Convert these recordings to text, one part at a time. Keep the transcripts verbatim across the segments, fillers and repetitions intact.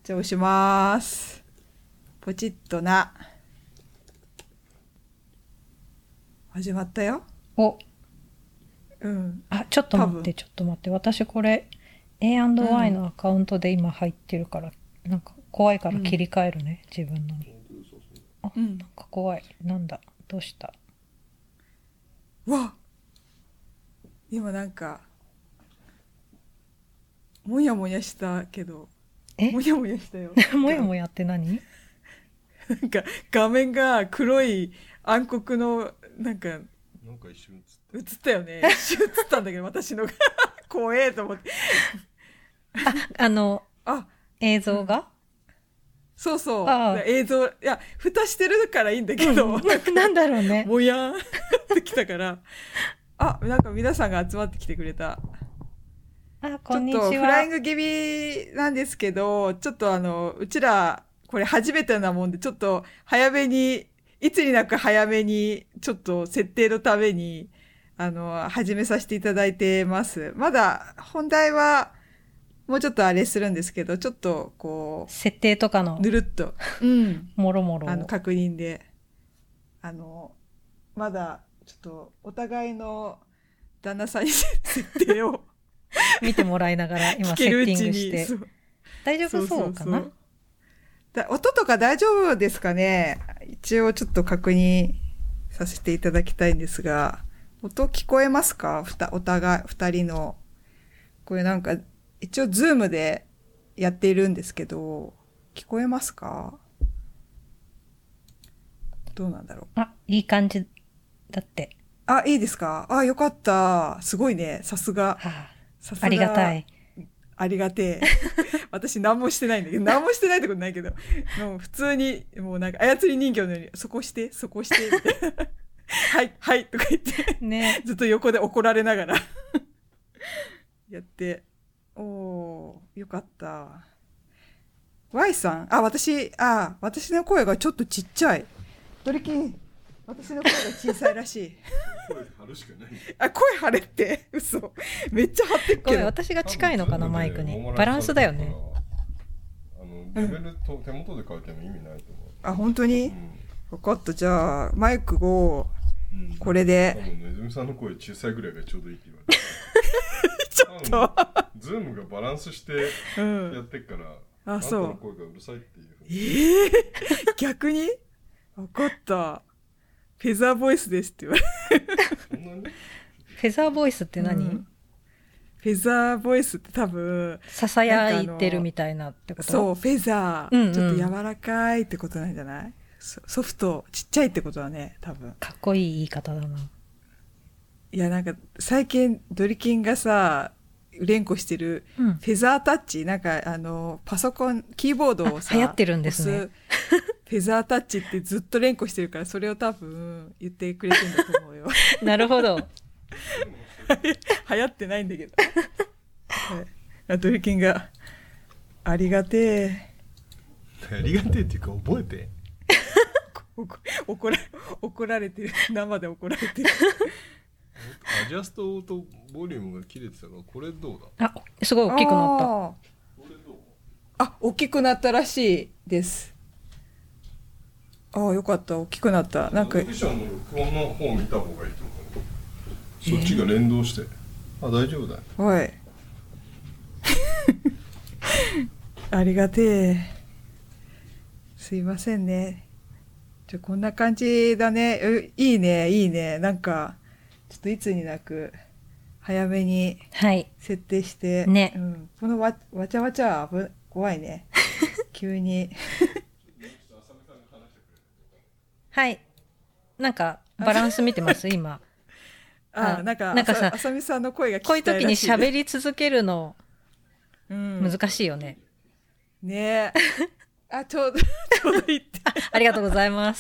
じゃあ押します。ポチッとな。始まったよ。 お、 うん。 あ、ちょっと待って、ちょっと待って。私これ エーアンドワイ のアカウントで今入ってるから、うん、なんか怖いから切り替えるね、うん、自分のに。あ、うん、なんか怖い。なんだ、どうした？ わ、今なんかもやもやしたけど、 えもやもやしたよ。 もやもやって何？ なんか画面が黒い暗黒のなんかなんか一瞬映った。 映ったよね。一瞬映ったんだけど私のが怖えと思って。 あ、あのあ、 映像が、うん、 そうそう、映像、いや蓋してるからいいんだけど、 うん、な, なんだろうね。 もやんってきたから、あ、なんか皆さんが集まってきてくれた。 あ、こんにちは。 ちょっとフライング気味なんですけど、ちょっとあのうちらこれ初めてなもんで、ちょっと早めに、いつになく早めにちょっと設定のためにあの始めさせていただいてます。まだ本題はもうちょっとあれするんですけど、ちょっとこう設定とかのぬるっと、うん、 もろもろあの確認で、あのまだちょっとお互いの旦那さんに設定を見てもらいながら今セッティングして、大丈夫そうかな？そうそうそう、 だ、音とか大丈夫ですかね？一応ちょっと確認させていただきたいんですが、音聞こえますか？ふたお互い二人の、これなんか一応ズームでやっているんですけど、聞こえますか？どうなんだろう。 あ、いい感じだって。 あ、いいですか？あ、よかった。すごいね。さすが。 はあ、 さすが。 ありがたい。 ありがてえ。私何もしてないんだけど、何もしてないってことないけど、もう普通に、もうなんか操り人形のように、そこして、そこして、みたいな。はい、はいとか言って、ね、ずっと横で怒られながらやって、おー、よかった。Y さん、あ、私、あ、私の声がちょっとちっちゃい。ドリキン、私の声が小さいらしい。 声張るしかない。 あ、声張れって嘘。めっちゃ張ってっけど。 私が近いのかな、マイクに。バランスだよね。 あのレベルと手元で書いても意味ないと思う。 あ、本当に？うん、分かった。じゃあマイクをこれで。 多分ねずみさんの声小さいぐらいがちょうどいいって言われて。 ちょっと。 ズームがバランスしてやってっから、うん、あ、そう。あんたの声がうるさいっていう。 ええー、逆に？分かった。フェザーボイスですって言われる。 そんなに？フェザーボイスって何？うん、 フェザーボイスって多分ささやいてるみたいなってこと？ そう、フェザー、うんうん、ちょっと柔らかいってことなんじゃない？ソフトちっちゃいってことはね、多分かっこいい言い方だな。 いや、なんか最近ドリキンがさ連呼してるフェザータッチ、うん、なんかあのパソコンキーボードをさ流行ってるんですね。 フェザータッチってずっと連呼してるから、それを多分言ってくれてるんだと思うよ。 なるほど。 流行ってないんだけど。はい、ドリキンがありがてえ。 ありがてえっていうか覚えて。 怒ら怒られてる、生で怒られてる。 アジャストとボリュームが切れてたから、これどうだ？あ、すごい大きくなった。 これどう？あ、大きくなったらしいです。ああ、よかった、大きくなった。なんかオーディションの録音の方を見た方がいいと思う。そっちが連動して、えー、あ、大丈夫だよ。 はい。ありがてえ。すいませんね。じゃこんな感じだね。いいね、いいね。なんかちょっといつになく早めに設定して、 はい、ね、 うん、このわわちゃわちゃは怖いね。急に。 はい。なんかバランス見てます今。 ああ、なんかなんかさ、あさみさんの声が聞きたいらしい。 こういう時に喋り続けるの難しいよね。 うん、ねえ。あ、ちょうどちょうどいいって。 あ, ありがとうございます。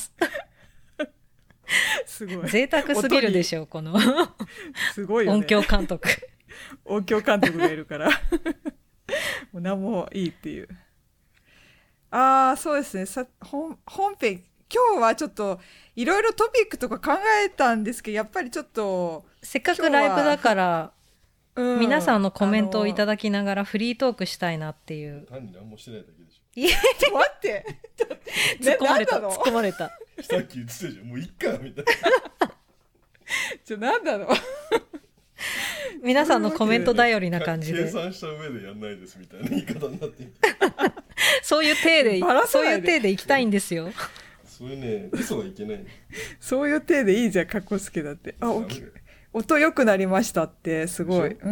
すごい。 贅沢すぎるでしょこの。 すごいよね。 音響監督。 音響監督がいるから。もう何もいいっていう。ああ、そうですね。さ本本編。今日はちょっといろいろトピックとか考えたんですけど、やっぱりちょっとせっかくライブだからうん、 皆さんのコメントをいただきながらフリートークしたいなっていう。 単に何もしてないだけでしょ。 いやちょっと待って突っ込まれたね、 突っ込まれたさっき言ってたじゃん、もういっかみたいな。 ちょなんだろう皆さんのコメント頼りな感じで計算した上でやんないですみたいな言い方になっているそういう体でそういう体でいきたいんですよ。 そういうね、嘘はいけない、 そういう体でいいじゃん、かっこつけだって。あ、大き音良くなりましたってすごい。うん。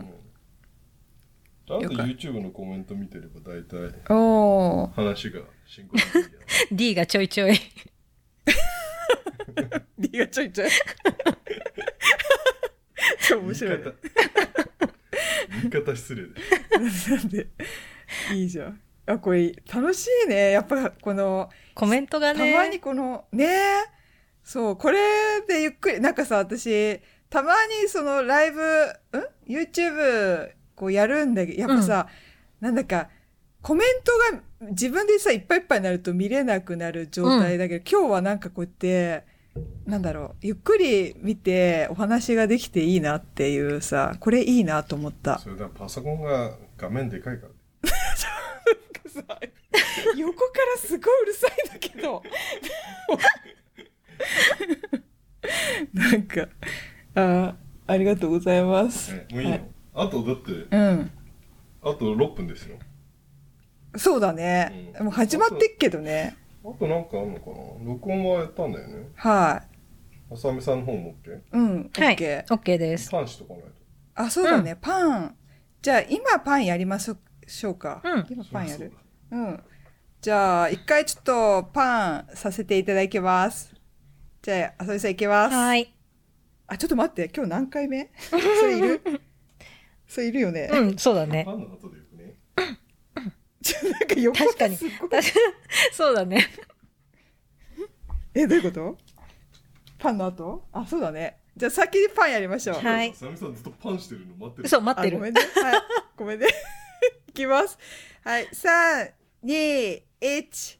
ちゃんと YouTube のコメント見てれば大体お話が進行できるやん。D がちょいちょい。 D がちょいちょい。超面白い。 言い方、言い方失礼で。 なんでいいじゃん。あ、これ楽しいね。やっぱこのコメントがね。 たまにこのね、そうこれでゆっくりなんかさ、私たまにそのライブ、うん YouTube こうやるんだけど、やっぱさ、うん、なんだかコメントが自分でさいっぱいいっぱいになると見れなくなる状態だけど、うん、今日はなんかこうやってなんだろう、ゆっくり見てお話ができていいなっていうさ、これいいなと思った。 それだ、パソコンが画面でかいからなんかさ横からすごいうるさいんだけどなんかあありがとうございます、 ね、もういいの、はい、あとだって、 うん、 あとろっぷんですよ。 そうだね、うん、もう始まってっけどね。 あとなんかあんのかな。録音はやったんだよね。 はい。 あさみさんの方も OK？ うん、 はい、OK です。 パンしとかないと。 あ、そうだね、うん、パン。じゃあ今パンやりましょうか。 うん、 今パンやる。うん。じゃあ一回ちょっとパンさせていただきます。じゃああさみさんいきます。 はい。 あ、ちょっと待って、今日何回目？それいる？それいるよね。 うん、そうだね。 パンの後でよくね。 なんか横確かにそうだね。 え、どういうこと？パンの後？あ、そうだね。じゃあ先にパンやりましょう。 はい。 さみさんずっとパンしてるの待ってる。 そう、待ってる。 ごめんね。はい。ごめんね。いきます。はい。さん、に、いち。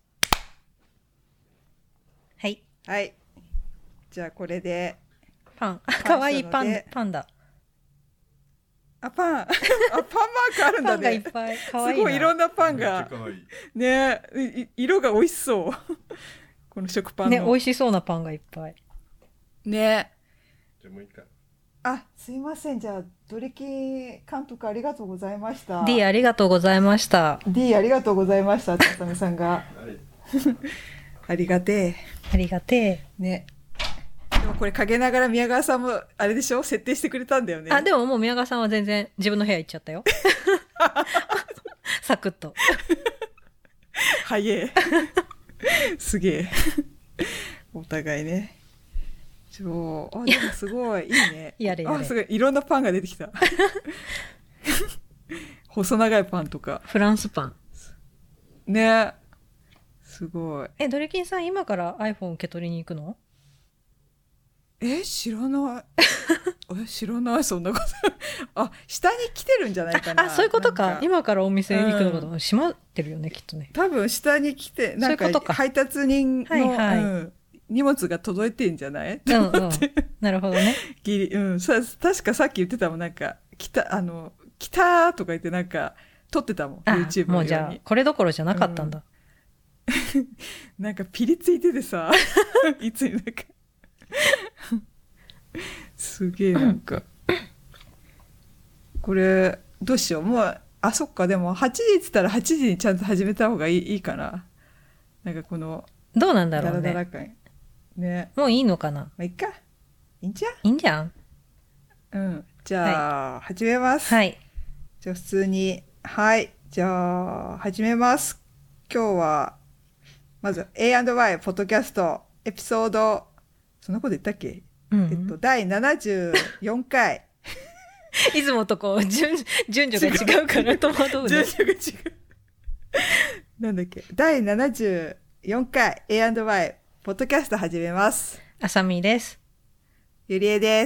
はい。 はい。じゃあこれで。 パン。かわいいパン、パンダ。 あ、パン。あ、パンマークあるんだね。 パンがいっぱい。かわいいな。 すごいいろんなパンが。 かわいいねえ、色が美味しそう。この食パンの。 ね、美味しそうなパンがいっぱい。 ね。 じゃあもう一回。 あ、すいません。じゃあ、ドリキ監督ありがとうございました。 D ありがとうございました。 D ありがとうございました。たさみさんが。はい、ありがてえ。 ありがてえ。 ね。でもこれ陰ながら宮川さんもあれでしょ、設定してくれたんだよね。 あ、でももう宮川さんは全然自分の部屋行っちゃったよ。サクッと。 早え。すげえ。お互いね。ちょあ、でもすごいいいね。 やれやれ。 あ、すごいいろんなパンが出てきた。細長いパンとか。 フランスパン。 ね。すごい。 え、ドリキンさん今から iPhone 受け取りに行くの？ え、知らない。え、知らない、そんなこと。あ、下に来てるんじゃないかな。 あ、そういうことか。か今からお店に行くのかと、うん、閉まってるよね、きっとね。 多分下に来て、なんか配達人の、はいはい、うん、荷物が届いてんじゃない？うんうん、 なるほどね。 ギリ、うん、さ、確かさっき言ってたもん、なんか、来た、あの、来たとか言ってなんか、撮ってたもん、YouTube のように。 もうじゃあ、これどころじゃなかったんだ。 うん、なんかピリついててさ、いつになんか。すげえなんかこれどうしよう、もうあそっか、でもはちじって言ったらはちじにちゃんと始めた方がいい、いいかな。なんかこのどうなんだろうね。 ダラダラ感ね。 もういいのかな。 まあいいか、いいんじゃん。 いいんじゃん。 うん、じゃあ、はい、始めます。 はい。 じゃあ普通にはいじゃあ始めます。今日はまず エーアンドワイ ポッドキャストエピソード、そんなこと言ったっけ？うんうん、えっと、だいななじゅうよんかい。 いつもとこう 順, 順序が違うから戸惑うね。 順序が違う。なんだっけ、だいななじゅうよんかい エーアンドワイ ポッドキャスト始めます。 あさみです。 ゆりえです。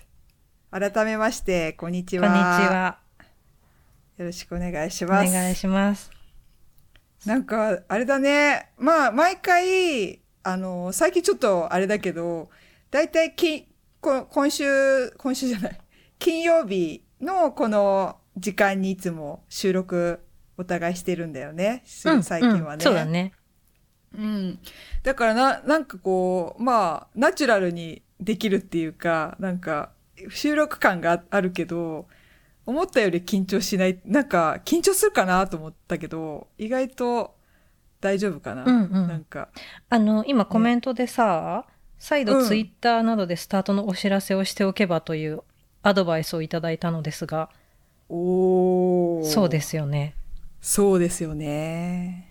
改めましてこんにちは。 こんにちは。 よろしくお願いします。 お願いします。 なんかあれだね、まあ毎回あの最近ちょっとあれだけど、だいたいきこ今週今週じゃない金曜日のこの時間にいつも収録お互いしてるんだよね、 うん、 最近はね、 うん、そうだね。 うん。だからな、なんかこう、まあ、ナチュラルにできるっていうか、なんか、収録感があるけど、思ったより緊張しない、なんか、緊張するかなと思ったけど、意外と大丈夫かな、 うんうん、 なんか。 あの、今コメントでさ、ね、再度ツイッターなどでスタートのお知らせをしておけばというアドバイスをいただいたのですが、 おー。 そうですよね。 そうですよね。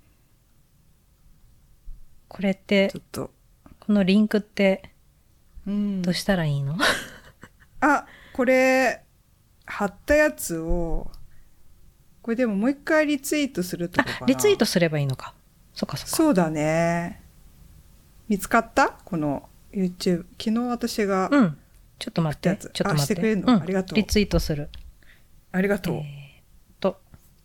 これってちょっとこのリンクってどうしたらいいの？うん、 あ、これ貼ったやつをこれでももう一回リツイートするとかかな。 リツイートすればいいのか。そっかそっか。 そうだね。見つかった？この YouTube 昨日私がうんちょっと待ってちょっと待ってしてくれるの、うん、ありがとう。 リツイートする。 ありがとう。えー、 と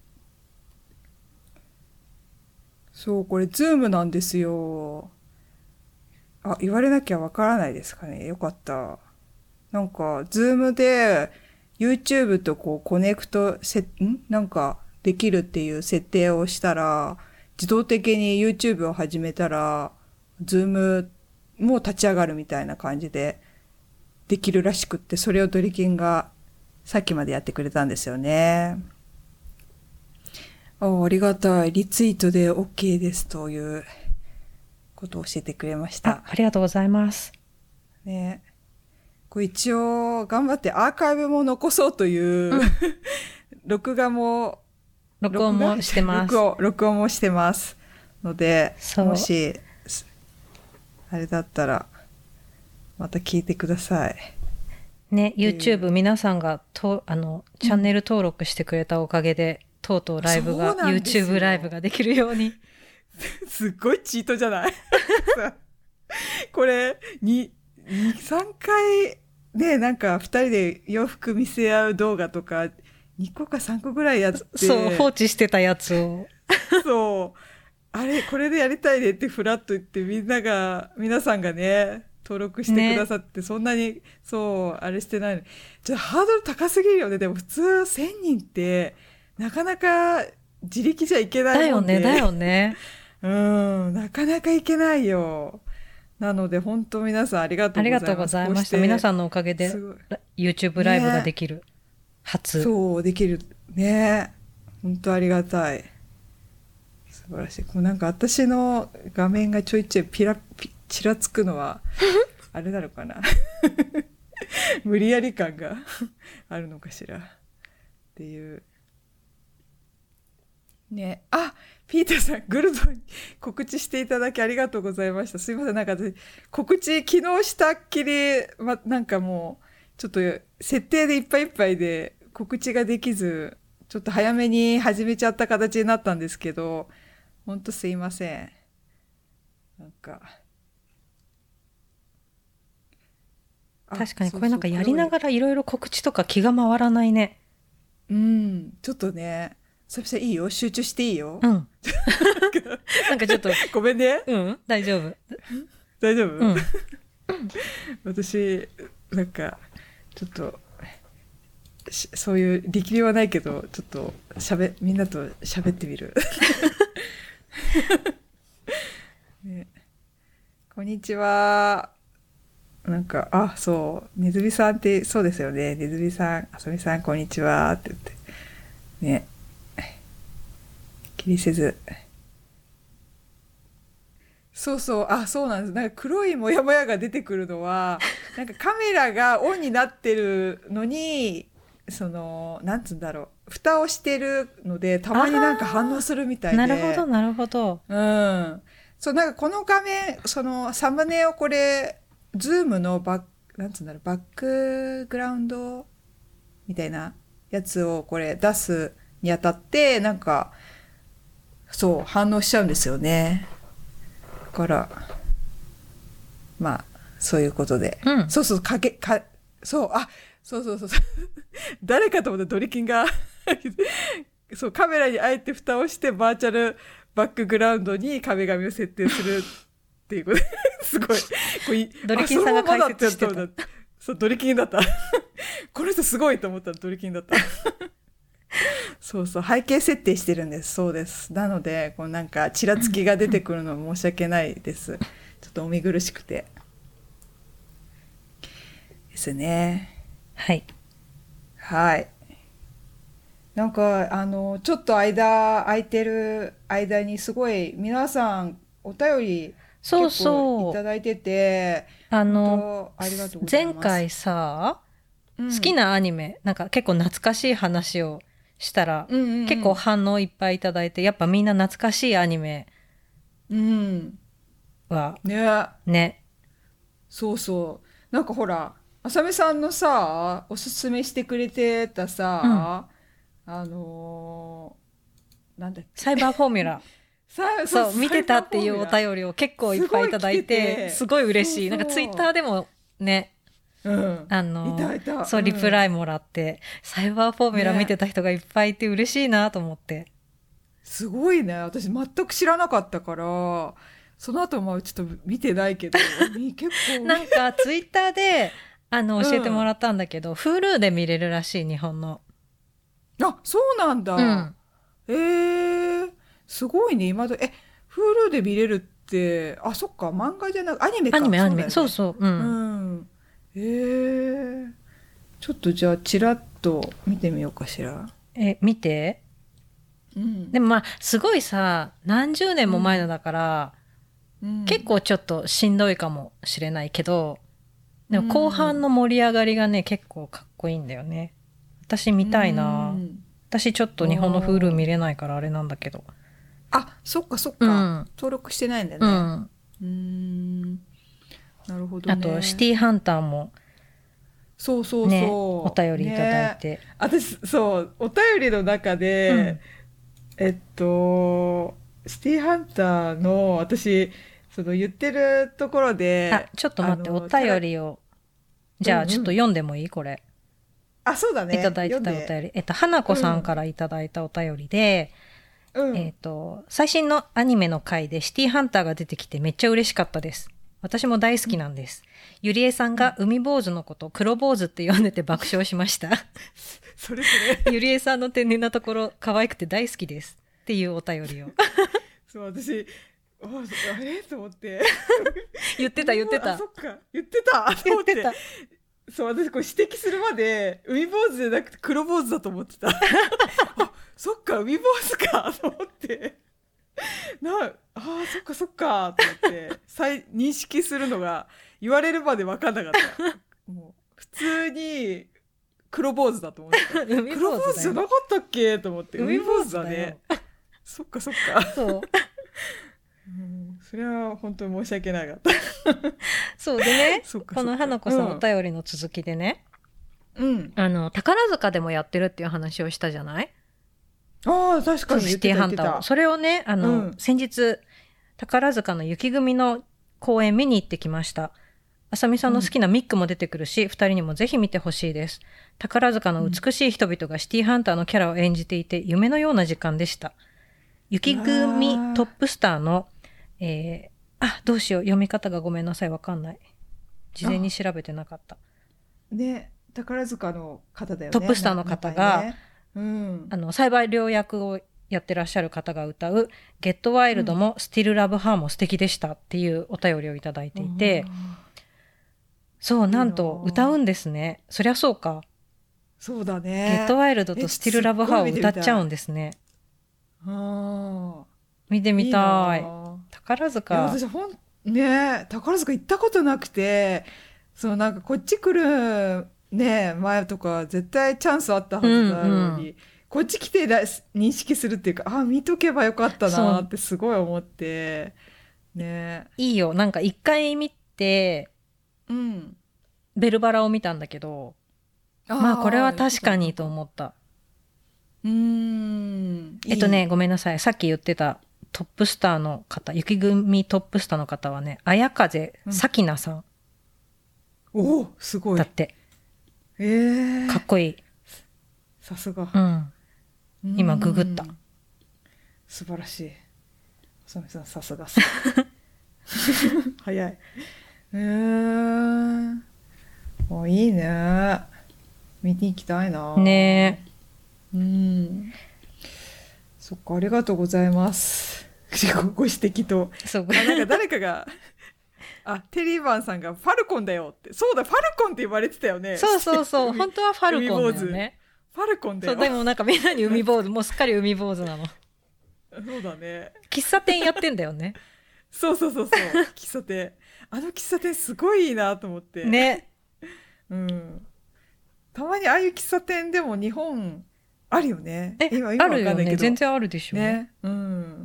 そうこれズームなんですよ。あ、言われなきゃわからないですかね。よかった。なんかズームで YouTube とこうコネクトせんなんかできるっていう設定をしたら自動的に YouTube を始めたらズームも立ち上がるみたいな感じでできるらしくって、それをドリキンがさっきまでやってくれたんですよね。あ、ありがたい。リツイートで OK ですということを教えてくれました。 あ、ありがとうございます。 ね、これ一応頑張ってアーカイブも残そうという、うん、録画も録音もしてます。 録音、録音もしてますので、もしあれだったらまた聞いてください。 ね、YouTube 皆さんがとあのチャンネル登録してくれたおかげで、うん、とうとうライブが YouTube ライブができるように。 すっごいチートじゃないこれに、に、さんかいね、なんかふたりで洋服見せ合う動画とかにこかさんこぐらいやって、 そう放置してたやつをそうあれこれでやりたいねってフラッと言ってみんなが皆さんがね登録してくださって、ね、そんなにそうあれしてないの。じゃあハードル高すぎるよね。でも普通せんにんってなかなか自力じゃいけないもんで。 だよねだよねうん、なかなかいけないよ。なので本当皆さんありがとうございます。 ありがとうございました。皆さんのおかげで YouTube ライブができる、ね、初。 そうできるね。本当ありがたい。素晴らしい。こうなんか私の画面がちょいちょいピラピちらつくのはあれなのかな無理やり感があるのかしらっていうね。あ、ピーターさんグルドに告知していただきありがとうございました。すいません、なんか私告知昨日したっきり、ま、なんかもうちょっと設定でいっぱいいっぱいで告知ができず、ちょっと早めに始めちゃった形になったんですけど、ほんとすいません。なんか確かにこれなんかやりながらいろいろ告知とか気が回らないね。 うん、ちょっとね。それいいよ、集中していいよ。 うん。なんかちょっとごめんね。 うん、大丈夫。 大丈夫？ うん、 私なんかちょっとそういう力量はないけど、ちょっとしゃべみんなと喋ってみる。ね、こんにちは。なんかあそうねずみさんってそうですよね。ねずみさん、あさみさんこんにちはって言ってね。気にせず。そうそう、あ、そうなんです。なんか黒いモヤモヤが出てくるのは、なんかカメラがオンになってるのに、その、なんつうんだろう、蓋をしてるので、たまになんか反応するみたいで。 なるほど、なるほど。 うん。そう、なんかこの画面、そのサムネをこれ、ズームのバック、なんつうんだろう、バックグラウンドみたいなやつをこれ出すにあたって、なんか、そう反応しちゃうんですよね。だからまあそういうことで、 うん、 そうそうかけかそうあそうそうそう誰かと思ったドリキンがそうカメラにあえて蓋をしてバーチャルバックグラウンドに壁紙を設定するっていうことすごいこれドリキンさんが解説してた。 そうドリキンだったこの人すごいと思ったらドリキンだったそうそう背景設定してるんです。そうです。なのでこうなんかちらつきが出てくるのは申し訳ないですちょっとお見苦しくてですね。 はいはい。なんかあのちょっと間空いてる間にすごい皆さんお便りそう結構いたそうだいててあ本の当ありがとうございます。 前回さ、 うん好きなアニメなんか結構懐かしい話をしたら、 うんうんうん、 結構反応いっぱいいただいてやっぱみんな懐かしいアニメうんはねねそうそうなんかほらあさみさんのさおすすめしてくれてたさ、うん、あのー、なんだっけサイバーフォーミュラさそう見てたっていうお便りを結構いっぱいいただいてすごい嬉しい。 そうそうなんかツイッターでもね、 うん、 あのいたいたそうリプライもらって、うん、サイバーフォーミュラ見てた人がいっぱいいて嬉しいなと思って、ね、 すごいね。私全く知らなかったからその後もちょっと見てないけど結構なんかツイッターであの教えてもらったんだけど、うん、Hulu で見れるらしい日本の。 あそうなんだ、うん、えー、すごいね今どえ Hulu で見れるってあそっか漫画じゃなくアニメかアニメアニメそう、ね、 そうそううん、 うん、えー、ちょっとじゃあチラッと見てみようかしら。 え見て、うん、でもまあすごいさ何十年も前のだから、うん、結構ちょっとしんどいかもしれないけどでも後半の盛り上がりがね結構かっこいいんだよね。私見たいな、うん、私ちょっと日本の Hulu 見れないからあれなんだけど。 あそっかそっか、うん、登録してないんだよね。うんうーんなるほどね。 あとシティハンターもそうそうそう、 ね、お便りいただいて、ね、 私そうお便りの中で、うん、えっとシティハンターの私その言ってるところであちょっと待ってお便りをじゃあちょっと読んでもいい、うんうん、これあそうだねいただいてたお便りえっと花子さんからいただいたお便りで、うん、えっと最新のアニメの回でシティハンターが出てきてめっちゃ嬉しかったです。私も大好きなんです。ゆりえさんが海坊主のこと黒坊主って呼んでて爆笑しましたそれそれゆりえさんの天然なところ可愛くて大好きですっていうお便りをそう私あれと思って言ってた言ってたあそっか言ってた言ってたそう私これ指摘するまで海坊主じゃなくて黒坊主だと思ってたあそっか海坊主かと思ってなあそっかそっかと思って再認識するのが言われるまで分かんなかったもう普通に黒坊主だと思ってた黒坊主じゃなかったっけと思って海坊主だねそっかそっかそううん、それは本当に申し訳なかったそうでねこの花子さん、うん、お便りの続きでね、うん、あの宝塚でもやってるっていう話をしたじゃない。 ああ確かにシティハンターをそれをねあの、うん、先日宝塚の雪組の公演見に行ってきました。あさみさんの好きなミックも出てくるし、うん、ふたりにもぜひ見てほしいです。宝塚の美しい人々がシティハンターのキャラを演じていて夢のような時間でした。雪組トップスターのえー、あどうしよう読み方がごめんなさいわかんない事前に調べてなかったね宝塚の方だよねトップスターの方が、ねうん、 あの栽培良役をやってらっしゃる方が歌うゲットワイルドも、うん、スティルラブハーも素敵でしたっていうお便りをいただいていて、うん、そうなんと歌うんですね。そりゃそうかそうだねゲットワイルドとスティルラブハーを歌っちゃうんですね。 あ見てみたい。いい宝塚いや私ほんね宝塚行ったことなくてそうなんかこっち来るね前とか絶対チャンスあったはずなのに、うんうん、こっち来て認識するっていうかあ見とけばよかったなってすごい思ってねいいよなんか一回見て、 うん、 ベルバラを見たんだけどまあこれは確かにと思った。 うーんえっとねいいごめんなさいさっき言ってたトップスターの方雪組トップスターの方はね綾風咲菜さん、 うん、おすごいだってえー、 かっこいいさすが、 うん、今ググった素晴らしいあさみさんさすが早いえー、 あ、いいね。見に行きたいな。 ねえ。うん。そっか、ありがとうございます。ご指摘と。 そう。 あ、なんか誰かが、あ、テリーバンさんがファルコンだよって。そうだ、ファルコンって言われてたよね。 そうそうそう。本当はファルコンだよね。 ファルコンだよ。 そう、でもなんかみんなに海坊主、もうすっかり海坊主なの。 そうだね。 喫茶店やってんだよね。 そうそうそうそう。喫茶店。あの喫茶店すごいいいなと思って。 ね。 うん。たまにああいう喫茶店でも日本あるよね。 え、今今わかんないけど。あるよね。全然あるでしょ。 ね。うん。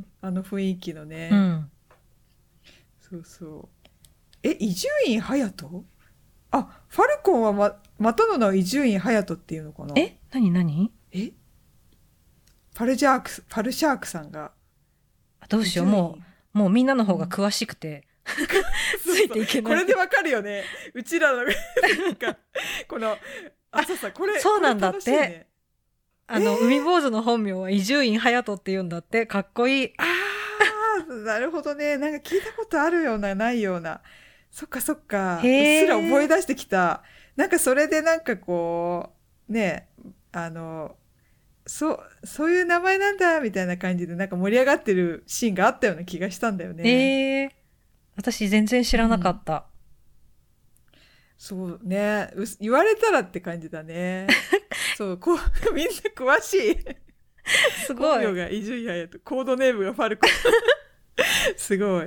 あの雰囲気のね。 うん。 そうそう。え、伊集院隼人？あ、ファルコンはま、またの名を伊集院隼人っていうのかな？ え、なになに？ えパルジャーク、パルシャークさんが。 どうしよう、もう、もうみんなの方が詳しくて。うん、ついていけない。 これでわかるよね。うちらの、なんか、この、あ、そうさ、これ、 そうなんだって。 ね、 あの、えー、海坊主の本名は伊集院隼人って言うんだって。かっこいい。 ああ、なるほどね。なんか聞いたことあるような、ないような。そっかそっか。うっすら覚え出してきた。なんかそれでなんかこう、ね、あの、そう、そういう名前なんだ、みたいな感じで、なんか盛り上がってるシーンがあったような気がしたんだよね。 えー、私全然知らなかった。 うん、そうね。言われたらって感じだね。そう、こう、みんな詳しい。 すごい。 本名が伊集院隼人、コードネームがファルコン。すごい。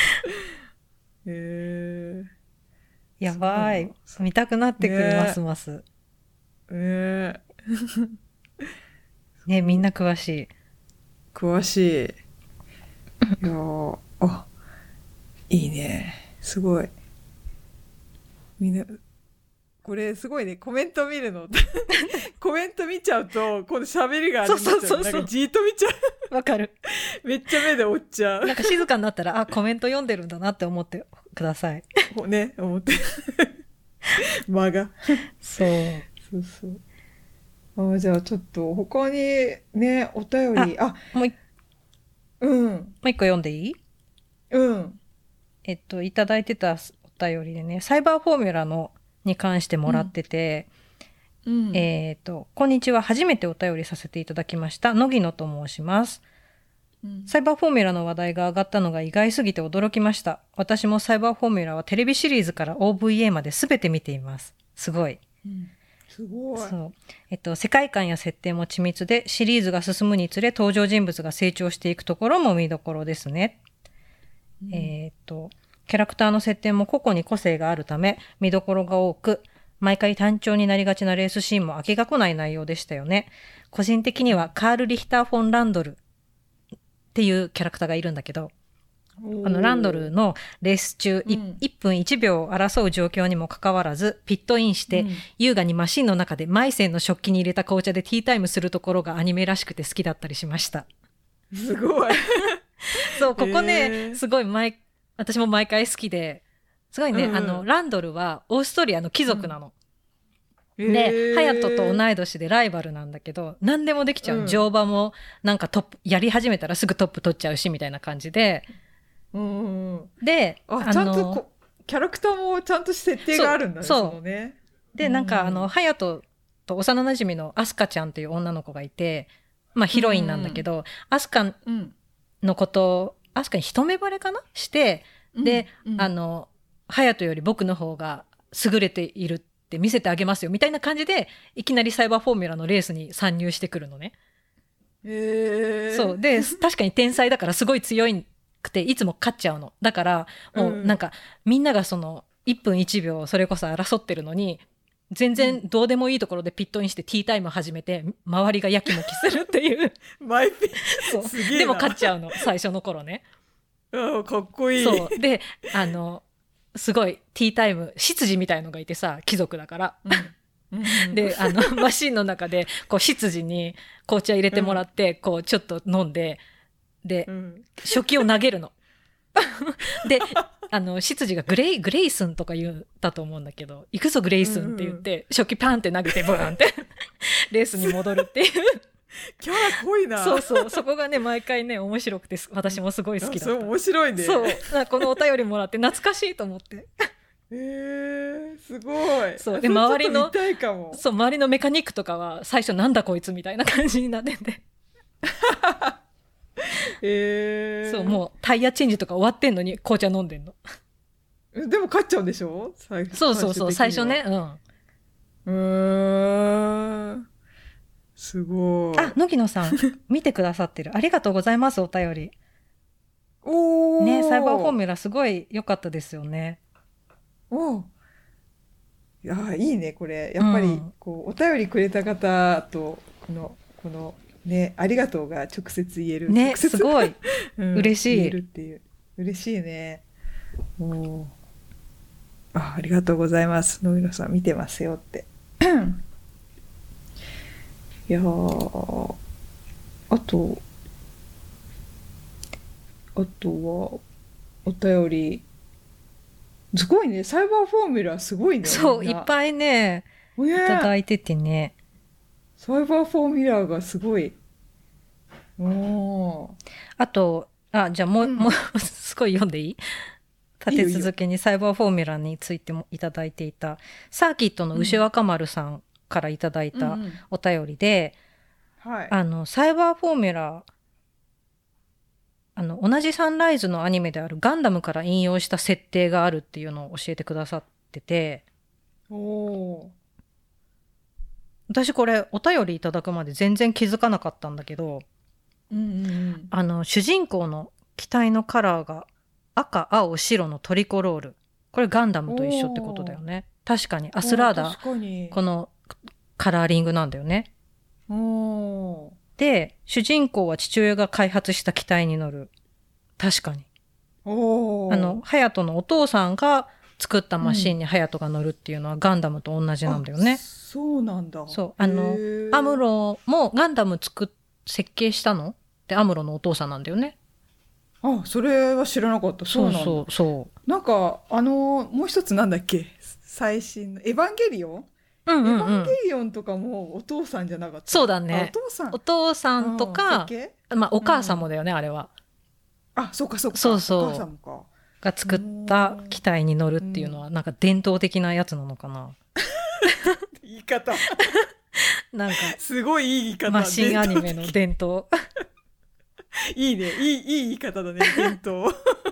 えー、やばい。見たくなってくる、ますます。 えーね、みんな詳しい。 詳しい。いやー、あ、いいね。すごい。みんな、これすごいね、コメント見るの。コメント見ちゃうと、この喋りがありますよね。そうそうそうそう。なんかじーっと見ちゃう。わかる。 めっちゃ目で追っちゃう。 なんか静かになったら、あ、コメント読んでるんだなって思ってください。 ね、思って。間が。 そう。 そうそう。あ、じゃあちょっと他にね、お便り、あ、 あもう一うん。 もう一個読んでいい？ うん。 えっと、いただいてたお便りでね、サイバーフォーミュラのに関してもらってて、 うんうん、 えっと、こんにちは。初めてお便りさせていただきました。野木野と申します。うん、サイバーフォーミュラの話題が上がったのが意外すぎて驚きました。私もサイバーフォーミュラはテレビシリーズから オーブイエー まで全て見ています。すごい。 うんすごい。 そう。えっと、世界観や設定も緻密で、シリーズが進むにつれ登場人物が成長していくところも見どころですね。うん、えー、っと、キャラクターの設定も個々に個性があるため、見どころが多く、毎回単調になりがちなレースシーンも飽きがこない内容でしたよね。個人的にはカール・リヒター・フォン・ランドルっていうキャラクターがいるんだけど、あのランドルのレース中、うん、いっぷんいちびょうを争う状況にもかかわらずピットインして、うん、優雅にマシンの中でマイセンの食器に入れた紅茶でティータイムするところがアニメらしくて好きだったりしました。 すごいそうここねすごい毎私も毎回好きですごいね、うん、あのランドルはオーストリアの貴族なの、うん、でハヤトと同い年でライバルなんだけど何でもできちゃう、うん、乗馬もなんかトップやり始めたらすぐトップ取っちゃうしみたいな感じでうんうん、 で、 ああちゃんとこキャラクターもちゃんと設定があるんだね。 そう、 そのね。 で、なんか、あの、ハヤトと幼馴染のアスカちゃんという女の子がいて、まあヒロインなんだけど、うん、アスカのことを、アスカに一目惚れかなしてで、うんうん、あのハヤトより僕の方が優れているって見せてあげますよみたいな感じでいきなりサイバーフォーミュラのレースに参入してくるのね。 へー。 そうで確かに天才だからすごい強いくていつも勝っちゃうの。だからもうなんか、うん、みんながそのいっぷんいちびょうそれこそ争ってるのに全然どうでもいいところでピットインしてティータイム始めて周りがやきもきするっていうマイピそうすげえな。でも勝っちゃうの最初の頃ね。 あかっこいい。 そうであのすごいティータイム執事みたいのがいてさ貴族だから、うんうん、であのマシンの中でこう執事に紅茶入れてもらって、うん、こうちょっと飲んでで、うん、食器を投げるのであの執事がグレイグレイスンとか言ったと思うんだけど行くぞグレイスンって言って、うんうん、食器パンって投げてブーンってレースに戻るっていうキャラ濃いな。 そうそうそこがね毎回ね面白くて私もすごい好きだった。 そう面白いね。 そうこのお便りもらって懐かしいと思ってへえー、すごい。 そうで周りの見たいかも。 そう周りのメカニックとかは最初なんだこいつみたいな感じになっててえー、 そうもうタイヤチェンジとか終わってんのに紅茶飲んでんの。 でも勝っちゃうんでしょ？最そうそうそう最初ね。うん。 うーん。すごい。 あ、野木野さん見てくださってる。ありがとうございますお便り。 おー。 ねサイバーフォーミュラすごい良かったですよね。 おー。いやいいねこれやっぱり、うん、こうお便りくれた方とこのこのねありがとうが直接言えるねすごい、うん、嬉しい。 言えるっていう嬉しいね。おあありがとうございます。野木さん見てますよっていやあとあとはお便りすごいねサイバーフォーミュラすごいね。 そういっぱいねいただいててねサイバーフォーミュラがすごい。おあとあじゃあもう、うん、もうすごい読んでいい？立て続けにサイバーフォーミュラについてもいただいていたサーキットの牛若丸さんからいただいたお便りで、 うんうんはい、 あのサイバーフォーミュラあの同じサンライズのアニメであるガンダムから引用した設定があるっていうのを教えてくださっててお私これお便りいただくまで全然気づかなかったんだけど、 うんうんうん、 あの主人公の機体のカラーが赤青白のトリコロールこれガンダムと一緒ってことだよね。確かにアスラーダこのカラーリングなんだよね。 おで主人公は父親が開発した機体に乗る。確かにおあのハヤトのお父さんが作ったマシンにハヤトが乗るっていうのはガンダムと同じなんだよね。 そうなんだ。 そうあのアムロもガンダム作っ設計したのでアムロのお父さんなんだよね。 あそれは知らなかった。そうなんだ。 そうそうなんかあのもう一つなんだっけ最新のエヴァンゲリオン、 うんうんうん、 エヴァンゲリオンとかもお父さんじゃなかった？ そうだね。 お父さんお父さんとかまあお母さんもだよね、うん、あれは。 あそうかそうかそうそうお母さんもかが作った機体に乗るっていうのはなんか伝統的なやつなのかな。 言い方なんかすごいいい言い方。 マシンアニメの伝統いいねいいいい言い方だね伝統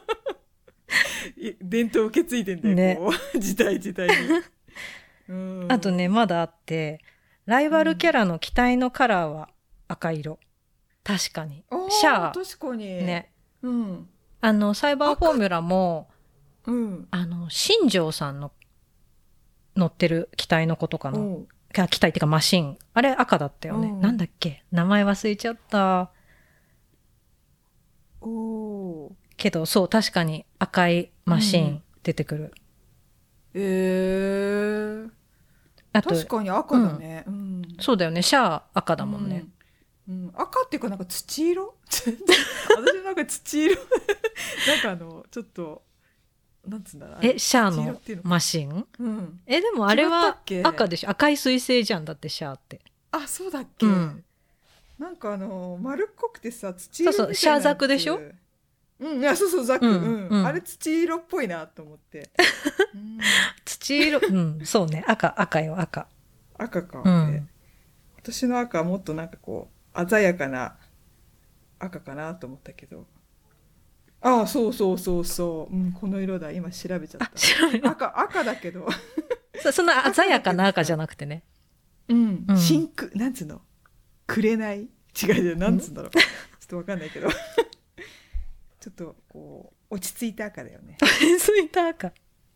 伝統受け継いでんだよ、ね、こう時代時代にうんあとねまだあってライバルキャラの機体のカラーは赤色、うん、確かにシャア確かにね、 うん、 あのサイバーフォーミュラも、 うん、 あの新庄さんの乗ってる機体のことかな、うん、機体っていうかマシンあれ赤だったよね、うん、なんだっけ名前忘れちゃった。 おけどそう確かに赤いマシン出てくる、 うん、えー、あと確かに赤だね、うんうん、 そうだよねシャア赤だもんね、 うんうん、赤っていうかなんか土色私なんか土色なんかあのちょっとなんつうんだろうえシャアのマシン、 うん、 えでもあれは赤でしょ赤い彗星じゃんだってシャアってあそうだっけ、うんなんかあの丸っこくてさ土色みたいなそうそうシャーザクでしょ。 うんいやそうそうザク、うんうんうん、あれ土色っぽいなと思って、 うん、土色うんそうね赤赤よ赤赤か、 うん、 私の赤はもっとなんかこう鮮やかな赤かなと思ったけどああそうそうそうそう、うん、この色だ今調べちゃった赤赤だけどそ, そんな鮮やかな赤じゃなくてねうん、うん、真空なんつうのくれない違う違うなんつうんだろうちょっとわかんないけどちょっとこう落ち着いた赤だよね落ち着いた赤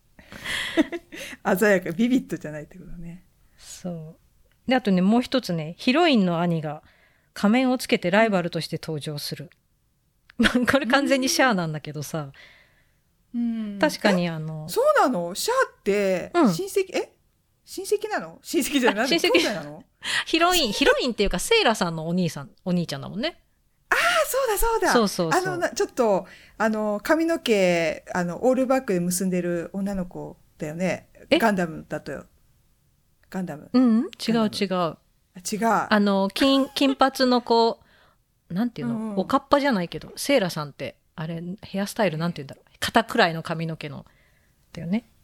鮮やかビビッドじゃないってことね。 そうであとねもう一つねヒロインの兄が仮面をつけてライバルとして登場する、うん、これ完全にシャアなんだけどさ、うん、確かにあのそうなのシャアって親戚、うん、え親戚なの親戚じゃない親戚なのヒロインヒロインっていうかセイラさんのお兄さんお兄ちゃんだもんね。 ああそうだそうだそうそうそうあのちょっとあの髪の毛あのオールバックで結んでる女の子だよね。ガンダムだとよガンダムうん違う違うあ違うあの 金, 金髪の子なんていうの、うん、おかっぱじゃないけどセイラさんってあれヘアスタイルなんていうんだろう肩くらいの髪の毛のだよね。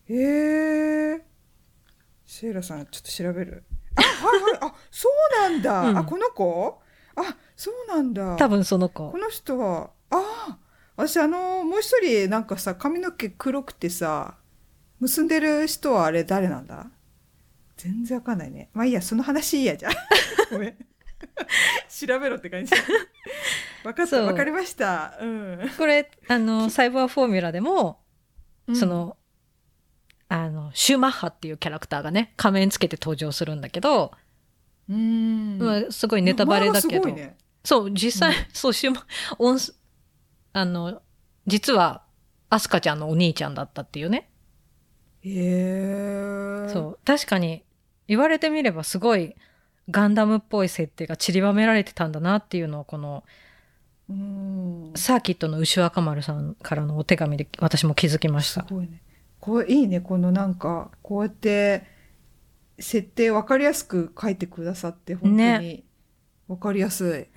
えー、シエラさんちょっと調べる。あ、はいはい、あ、そうなんだ、うん、あ、この子、あ、そうなんだ、 多分その子。 この人は、あ、私あのもう一人なんかさ髪の毛黒くてさ結んでる人はあれ誰なんだ？全然わかんないね。まあいいや、その話いいや、じゃあごめん調べろって感じ。分かった、分かりました、うん、 これあのサイバーフォーミュラでも、うん、そのあのシューマッハっていうキャラクターがね仮面つけて登場するんだけど、 うーん、 まあ、すごいネタバレだけど、 ね、 そう実際、うん、そうシューマ音あの実はアスカちゃんのお兄ちゃんだったっていうね。 へー、 そう確かに言われてみればすごいガンダムっぽい設定が散りばめられてたんだなっていうのをこのうーんサーキットの牛若丸さんからのお手紙で私も気づきました。 すごいね、これいいね、このなんかこうやって設定分かりやすく書いてくださって本当に分かりやすい、ね、うん、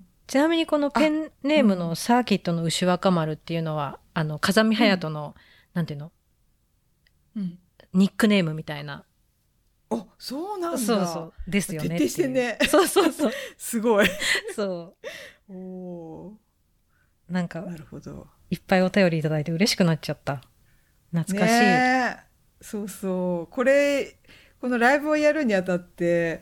ちなみにこのペンネームのサーキットの牛若丸っていうのは、うん、あの風見隼人の、うん、なんていうの、うん、ニックネームみたいな。 あ、そうなんだ。 そうそうですよね。 徹底してね。 そうそうそう。 すごい。 そう。 おー、 なんかなるほど。 いっぱいお便りいただいて嬉しくなっちゃった。懐かしい。 ね、そうそう。これこのライブをやるにあたって、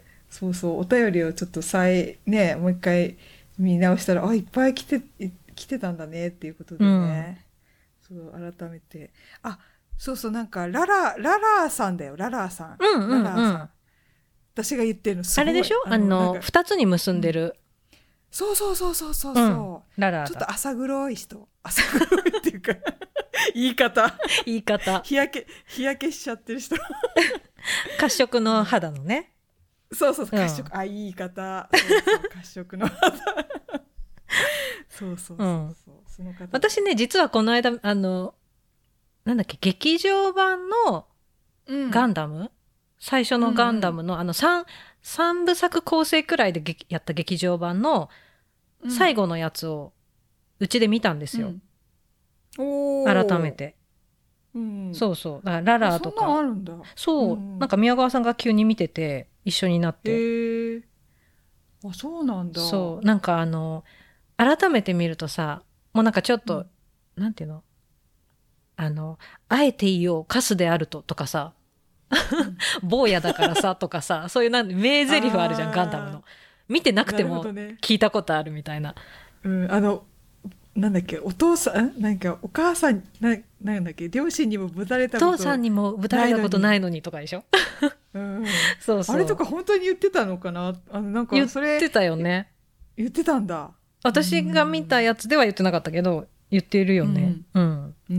そうそうお便りをちょっと再ねもう一回見直したら、あ、いっぱい来て来てたんだねっていうことでね。うん、そう改めて、あ。そうそう、なんかララララーさんだよ、ララーさん。 うんうんうん、 ララーさん。私が言ってるのすごい。 あれでしょ、あのふたつに結んでる、うん、 そうそうそうそうそうそう、うん、 ララーだ。 ちょっと浅黒い人、浅黒いっていうか言い方言い方日焼け日焼けしちゃってる人褐色の肌のね、 そうそうそう、褐色、うん、あ、言い方、そうそう褐色の肌そうそうそうそう、うん、その方。 私ね実はこの間あのなんだっけ劇場版のガンダム、うん、最初のガンダムの、うんうん、あの 3, 3部作構成くらいでやった劇場版の最後のやつをうちで見たんですよ、うん、改めて、うん、そうそうだからララーとか、 そんなんあるんだ。 そう、うん、なんか宮川さんが急に見てて一緒になって、 へー、あ、そうなんだ。 そうなんかあの改めて見るとさ、もうなんかちょっと、うん、なんていうの、あのあえて言おうカスであるととかさ、うん、坊やだからさとかさ、そういうなん名台詞あるじゃん、ガンダムの。見てなくても聞いたことあるみたいな、 うん、あのなんだっけ、お父さんなんかお母さん な, なんだっけ両親にもぶたれたことないのに、 父さんにもぶたれたことないのにとかでしょうん、そうそう、 あれとか本当に言ってたのかな、あのなんかそれ言ってたよね。 言ってたんだ。 私が見たやつでは言ってなかったけど言ってるよね。うん、 うんうん、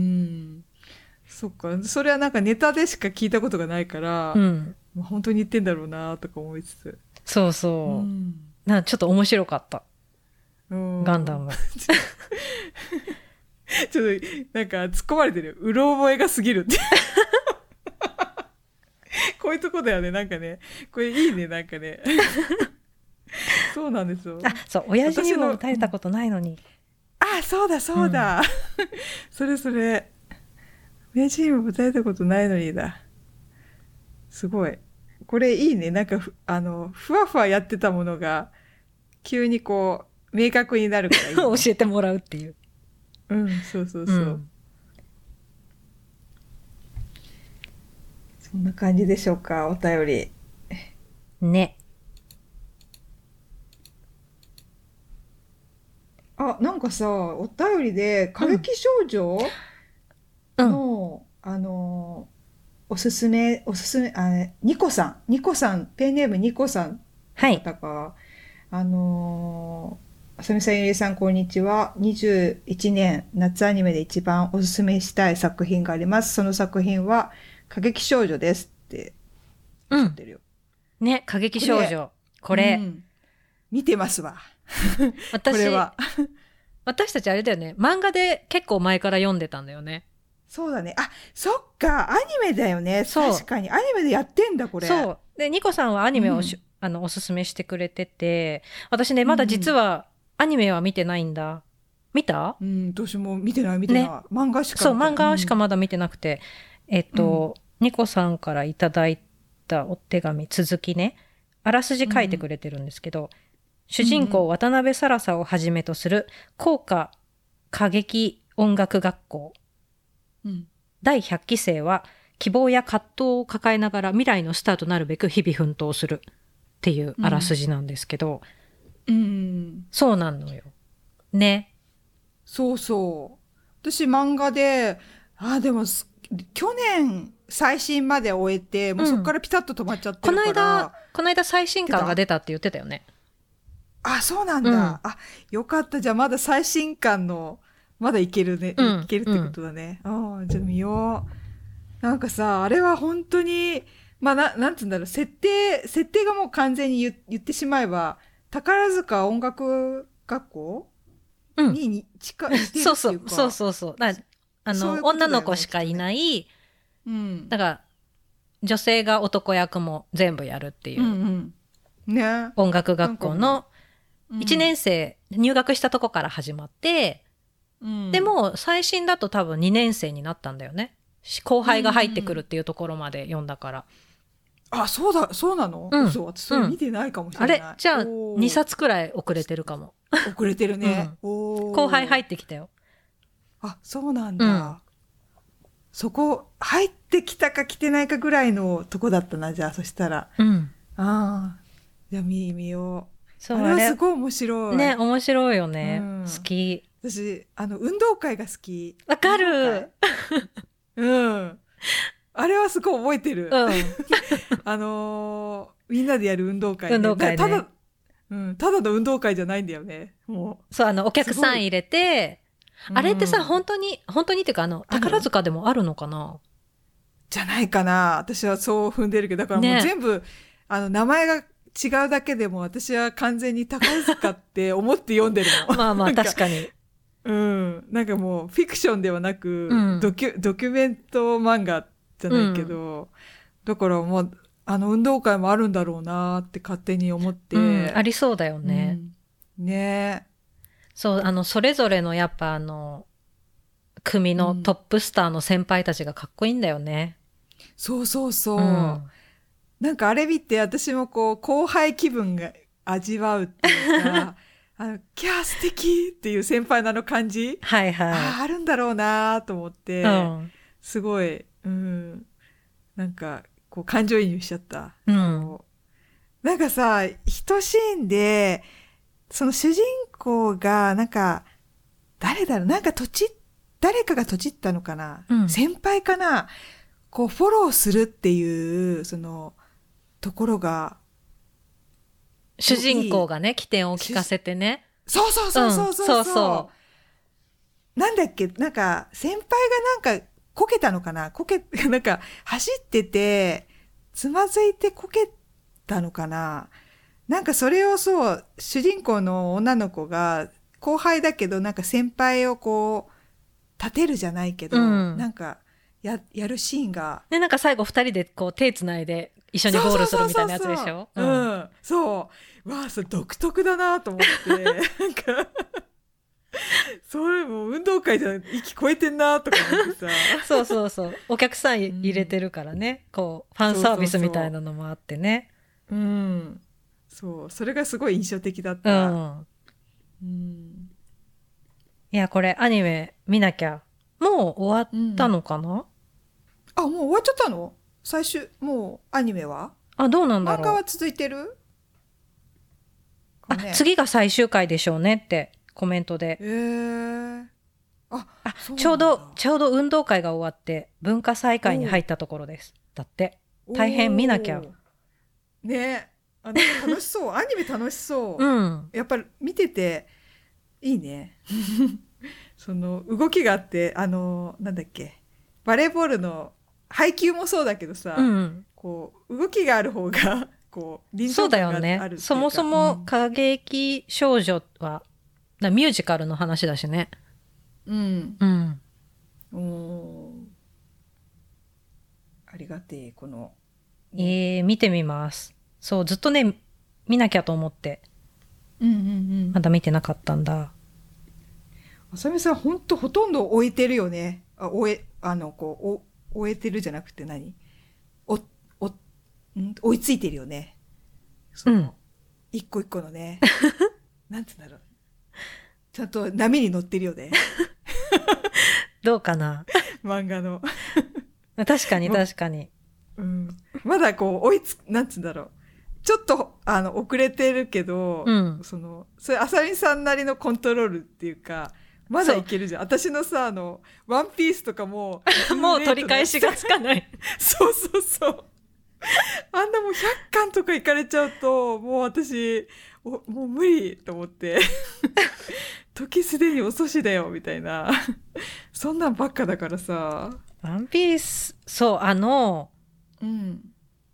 そっか、それはなんかネタでしか聞いたことがないから、うん、もう本当に言ってんだろうなとか思いつつ、 そうそう、うん、なんかちょっと面白かった、うん、ガンダムちょっとなんか突っ込まれてる、うろ覚えが過ぎるってこういうとこだよね、なんかね、これいいね、なんかねそうなんですよ。 あ、そう、親父にも打たれたことないのに、 あ、そうだそうだ、うん、それそれ親父にも打たれたことないのにだ。すごいこれいいね、なんかふあのふわふわやってたものが急にこう明確になるからいい、ね、 教えてもらうっていう、 うん、そうそうそう、うん、そんな感じでしょうか、お便りね。 あ、なんかさ、お便りで歌劇少女の、うん、あのおすすめおすすめあニコさんニコさんペンネームニコさんの方が、はい、あのあさみさん、ゆりさん、こんにちは。にじゅういちねん夏アニメで一番おすすめしたい作品があります。その作品は歌劇少女ですって言ってるよ、 うん、ね、歌劇少女これ、うん、 見てますわ私これは私たちあれだよね、漫画で結構前から読んでたんだよね。 そうだね。あ、そっか、アニメだよね。確かにアニメでやってんだこれ。 そうで、ニコさんはアニメを、うん、あのおすすめしてくれてて、私ねまだ実はアニメは見てないんだ。見た？ うん、私も見てない見てない、ね、漫画しか。 そう、漫画しかまだ見てなくて、うん、えっと、 ニコさんからいただいたお手紙続きね、あらすじ書いてくれてるんですけど、うん、主人公渡辺サラサをはじめとする校歌歌劇音楽学校、うん、だいひゃっきせいは希望や葛藤を抱えながら未来のスターとなるべく日々奮闘するっていうあらすじなんですけど、 うんうん、 そうなのよね。 そうそう、私漫画であでも去年最新まで終えて、もうそこからピタッと止まっちゃってるから、うん、 この間この間最新刊が出たって言ってたよね。 あ、そうなんだ、うん、あ、よかった。じゃあまだ最新刊のまだいけるね、うん、いけるってことだね、うん、あ、じゃあ見よう。なんかさ、あれは本当にまあな、なんつうんだろう、設定設定がもう完全に 言, 言ってしまえば宝塚音楽学校、うん、に近いっていうか、 そうそうそうそうそう、だあのそういうことだよね、女の子しかいない、うん、だから女性が男役も全部やるっていう、うんうんね、音楽学校のいちねん生、うん、入学したとこから始まって、うん、でも最新だと多分にねん生になったんだよね。後輩が入ってくるっていうところまで読んだから、 うん、あ、そうだ、そうなの、うん、そう、私それ見てないかもしれない、 うん、あれじゃあにさつくらい遅れてるかも。 遅れてるね、 うん、お後輩入ってきたよ。 あ、そうなんだ、うん、そこ入ってきたか来てないかぐらいのとこだったな。じゃあそしたら、うん、ああ、じゃあ見見よう。そう、あれはすごい面白いね。面白いよね、うん、好き。 私あの運動会が好き。 わかる。 うん、あれはすごい覚えてる、うん、あのー、みんなでやる運動会、ね、 運動会ね、 ただ、うん、ただの運動会じゃないんだよね。もうそう、あのお客さん入れて、あれってさ、うん、本当に本当にっていうか、あの宝塚でもあるのかな。 じゃないかな。私はそう踏んでるけど、だからもう全部、ね、あの名前が違うだけでも私は完全に宝塚って思って読んでるの。 まあまあ確かに。 うん、なんかもうフィクションではなく、うん、ドキュ、ドキュメント漫画じゃないけど、うん、だからもうあの運動会もあるんだろうなって勝手に思って、うん、 ありそうだよね、 うん、ね。 そう、あのそれぞれのやっぱあの組のトップスターの先輩たちがかっこいいんだよね、 うん、そうそうそう、うん、なんかあれ見て私もこう後輩気分が味わうっていうかあのキャー素敵っていう先輩のあの感じ、 はいはい、 あ, あるんだろうなと思って、うん、すごい、うん、なんかこう感情移入しちゃった、うん、なんかさ一シーンでその主人公がなんか誰だろう、なんかとち誰かがとちったのかな、うん、先輩かな、こうフォローするっていうそのところが主人公がね起点を聞かせてね、 そうそうそうそうそう、うん、そうそうなんだっけ、なんか先輩がなんかこけたのかな、こけなんか走っててつまずいてこけたのかな、なんかそれをそう主人公の女の子が後輩だけどなんか先輩をこう立てるじゃないけど、うん、なんか や, やるシーンがで、なんか最後ふたりでこう手つないで一緒にゴールするみたいなやつでしょ。 うん、そう、わあ、それ独特だなと思ってなんかそれも運動会じゃ息超えてんなとか思ってさそうそうそう、お客さん入れてるからね、うん、こうファンサービスみたいなのもあってね、 そうそうそう、うん、そう、それがすごい印象的だった、うんうん、いやこれアニメ見なきゃ。もう終わったのかな、うん、 あ、もう終わっちゃったの？最終、もうアニメは？ あ、どうなんだろう。 漫画は続いてる？ あ、ね、次が最終回でしょうねってコメントで。 へー。あ、 あ、ちょうどちょうど運動会が終わって文化祭会に入ったところです。だって大変見なきゃ。 ね、あ、なんか楽しそうアニメ楽しそう、 うん、 やっぱり見てていいねその動きがあって、あのなんだっけ、バレーボールの配球もそうだけどさ、うん、こう動きがある方がこう臨場感があるっていうか。そうだよね。 そもそも歌劇少女は、うん、ミュージカルの話だしね。 うんうん。おありがてえこの。 えー、見てみます。そうずっとね見なきゃと思って、 うんうんうん、 まだ見てなかったんだ。 あさみさんほんとほとんど終えてるよね。あ終えあのこうお終えてるじゃなくて何うん、追いついてるよね。その、うん、一個一個のね。なんて言うんだろう。ちゃんと波に乗ってるよね。 どうかな漫画の。 確かに確かに。 うん、まだこう追いつ、なんつうんだろう。ちょっと、あの、遅れてるけど、 うん、 その、それ、あさみさんなりのコントロールっていうか、まだいけるじゃん。私のさ、あの、ワンピースとかも、 もう取り返しがつかない。 そうそうそう。あんなもうひゃっかんとかいかれちゃうと、もう私、おもう無理と思って。時すでに遅しだよ、みたいな。そんなんばっかだからさ。 ワンピース、そう、あの、 うん。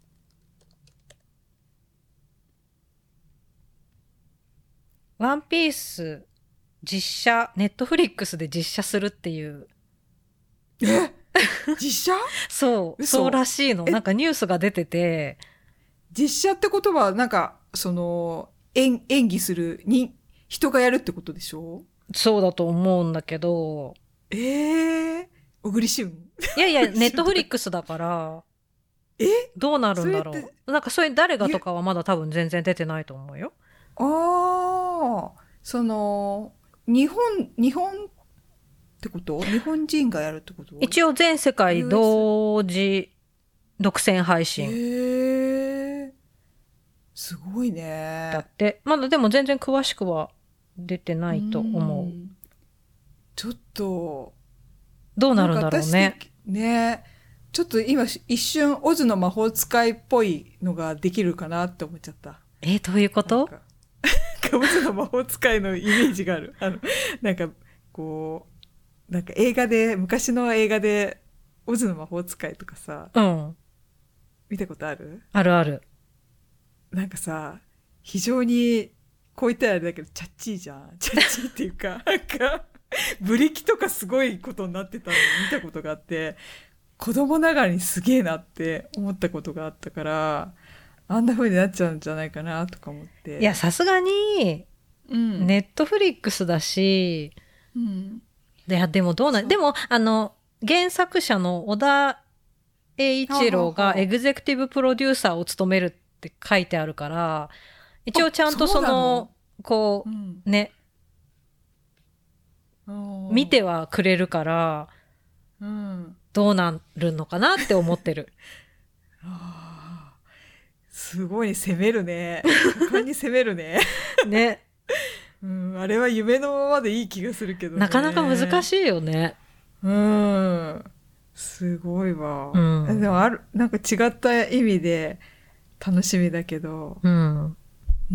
ワンピース、実写、ネットフリックスで実写するっていう。 え実写そう、そうらしいの。なんかニュースが出てて。 実写ってことは、なんか、その、演、演技するに、人がやるってことでしょ？ そうだと思うんだけど。 ええー、小栗旬いやいや、ネットフリックスだから。 えどうなるんだろう。なんかそれ誰がとかはまだ多分全然出てないと思うよ。 ああ、その、日本、日本ってこと？日本人がやるってこと？ 一応全世界同時独占配信。 へえ、すごいね。 だって。まだでも全然詳しくは出てないと思う。うちょっと、 どうなるんだろうね。 ね。ちょっと今一瞬オズの魔法使いっぽいのができるかなって思っちゃった。 えー、どういうこと？ オズの魔法使いのイメージがある。あの、なんか、こう、なんか映画で、昔の映画で、オズの魔法使いとかさ、 うん。 見たことある？ あるある。 なんかさ、非常に、こう言ったらあれだけど、チャッチーじゃん。チャッチーっていうか、なんか、ブリキとかすごいことになってたのを見たことがあって、子供ながらにすげえなって思ったことがあったから、あんな風になっちゃうんじゃないかなとか思って。 いや、さすがに、うん、ネットフリックスだし、 うん、 いや、でもどうなん、でも、あの、原作者の小田栄一郎がエグゼクティブプロデューサーを務めるって書いてあるから、一応ちゃんとその、こう、うん、ね、見てはくれるから、うん、どうなるのかなって思ってる。 あ、すごい攻めるね。果敢に攻めるね。 ね、 うん。あれは夢のままでいい気がするけどね。 なかなか難しいよね。 うん。すごいわ。 うん、 でもある、なんか違った意味で楽しみだけど。 うん。 うん。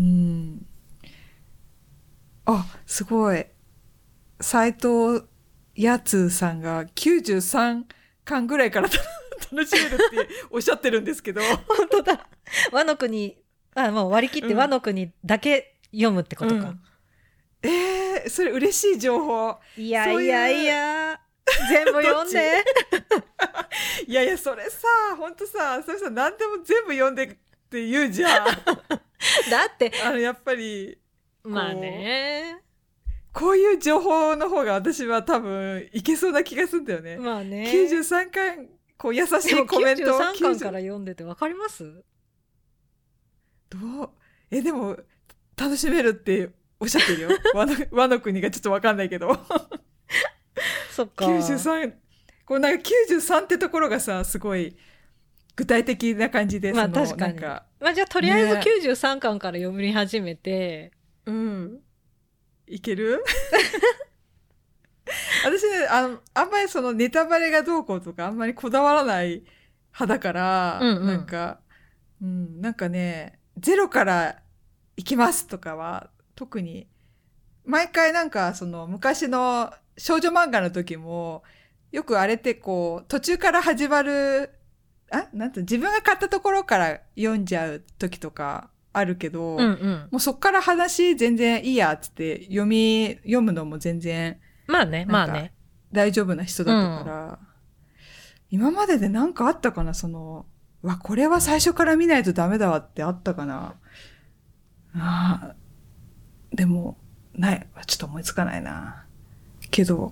あ、すごい。斉藤やつさんがきゅうじゅうさんかんぐらいから楽しめるっておっしゃってるんですけど。 本当だ。和の国、あ、もう割り切って和の国だけ読むってことか。うん、 えー、それ嬉しい情報。 いやいやいや、全部読んで。 いやいや、それさ、ほんとさ、それさ、何でも全部読んでって言うじゃん。だって、 あの、やっぱり。 まあね。 こういう情報の方が私は多分いけそうな気がするんだよね。 まあね。 きゅうじゅうさんかん、こう優しいコメント。 きゅうじゅうさんかんから読んでてわかります？ どう？え、でも、楽しめるっておっしゃってるよ。和の、和の国がちょっとわかんないけど。 そっか。 きゅうじゅうさん、こうなんかきゅうじゅうさんってところがさ、すごい具体的な感じで、 まあ確かに。まあじゃあとりあえずきゅうじゅうさんかんから読み始めて、 ね、うん。いける？私ね、あの、あんまりそのネタバレがどうこうとかあんまりこだわらない派だから、うんうん、なんか、うん、なんかね、ゼロから行きますとかは特に、毎回なんかその昔の少女漫画の時も、よくあれってこう、途中から始まる、あ、なんて自分が買ったところから読んじゃう時とか、あるけど、 うんうん、 もうそっから話全然いいやっつって読み、読むのも全然、 まあね、まあね。 大丈夫な人だったから、うん、今まででなんかあったかな、その、わ、これは最初から見ないとダメだわってあったかな。ああ、でも、ない、ちょっと思いつかないな。けど、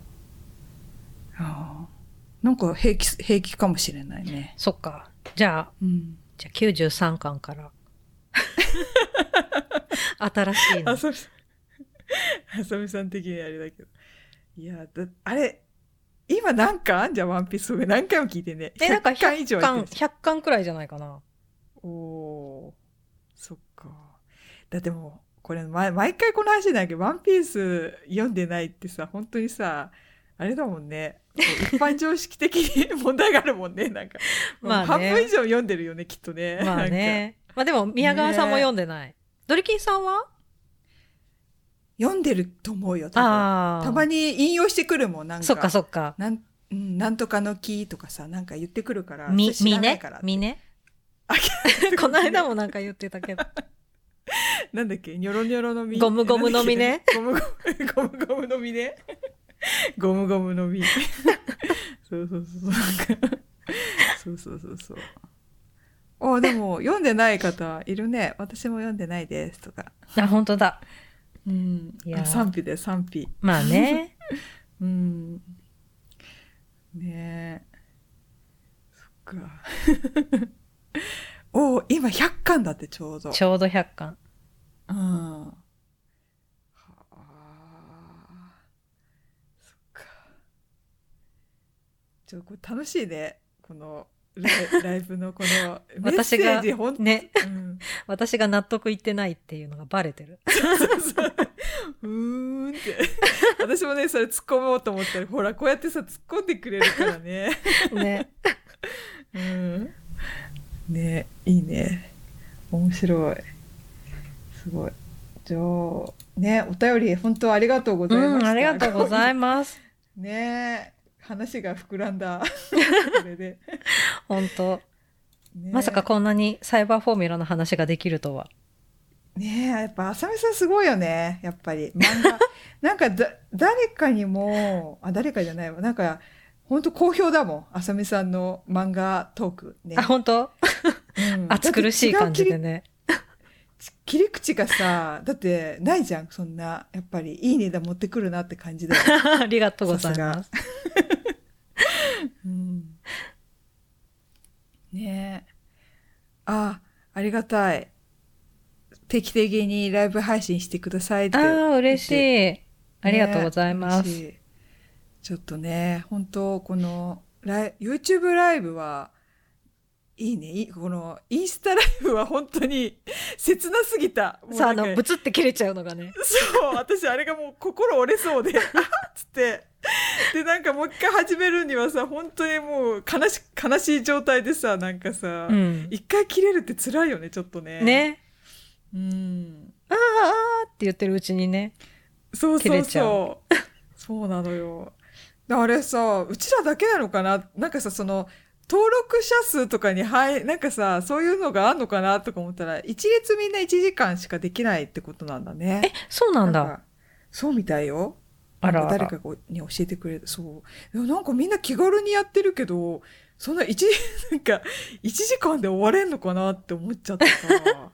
あ、なんか平気、平気かもしれないね。 そっか。じゃあ、うん、 じゃあきゅうじゅうさんかんから新しいの。 あさみさんあさみさん的にあれだけど、いやだあれ今何巻あんじゃんワンピース。何回も聞いてね。 えなんかひゃっかん以上やってるひゃっかんくらいじゃないかな。 おーそっか。だってもうこれ毎毎回この話だけど、ワンピース読んでないってさ本当にさあれだもんね。一般常識的に問題があるもんね。なんかまあね半分以上読んでるよねきっとね。 まあね。まあでも宮川さんも読んでない。ね、ドリキンさんは読んでると思うよ。多分あたまに引用してくるもん。なんかそっかそっか。 なん、うん、なんとかの木とかさなんか言ってくるから。 み知らないからってみね。この間もなんか言ってたけど。 なんだっけニョロニョロの実。 ゴムゴムの実ね。 ゴムゴムゴムゴムの実ね。ゴムゴムの実。そうそうそうなんかそうそうそうそう。あでも読んでない方いるね。私も読んでないですとか。 あ本当だ。 うん。いや賛否で賛否。 まあね。 うん。ねえ。そっか。お今ひゃっかんだってちょうど。 ちょうどひゃっかん。 うん。はあ。そっか。ちょこれ楽しいね。このライ、ライブのこのメッセージほんね、 うん、 私が納得いってないっていうのがバレてる。 そうそうそううーんって私もねそれ突っ込もうと思ったらほらこうやってさ突っ込んでくれるからね。 ね。 うん。ねいいね。面白い。すごい。じゃあねお便り本当ありがとうございました。 うん、ありがとうございます。 ね話が膨らんだ。これで。 本当。ね、まさかこんなにサイバーフォーミュラの話ができるとは。 ねえやっぱ浅見さんすごいよねやっぱり漫画なんかだ誰かにもあ誰かじゃないわなんか本当好評だもん浅見さんの漫画トークね。 あ本当、うん、暑苦しい感じでね。 切り口がさだってないじゃんそんなやっぱりいい値段持ってくるなって感じだよ。 ありがとうございます。 うん、ねえあありがたい。定期的にライブ配信してくださいって。 ああ嬉しい。ありがとうございます。 ね、ちょっとね本当このライ YouTube ライブはいいねいいこのインスタライブは本当に切なすぎた。 さああのブツって切れちゃうのがね。 そう私あれがもう心折れそうであっつってでなんかもう一回始めるにはさ本当にもう悲し悲しい状態でさなんかさ、うん、一回切れるって辛いよねちょっとね。 ね。 うん。 あーあーって言ってるうちにね。 そうそうそうそうなのよ。あれさうちらだけなのかななんかさその登録者数とかに入なんかさそういうのがあんのかなとか思ったら一律みんないちじかんしかできないってことなんだね。 えそうなんだ。 なんかそうみたいよ。あらあら誰かに教えてくれる。そうなんかみんな気軽にやってるけどそんな一なんかいちじかんで終われんのかなって思っちゃったさ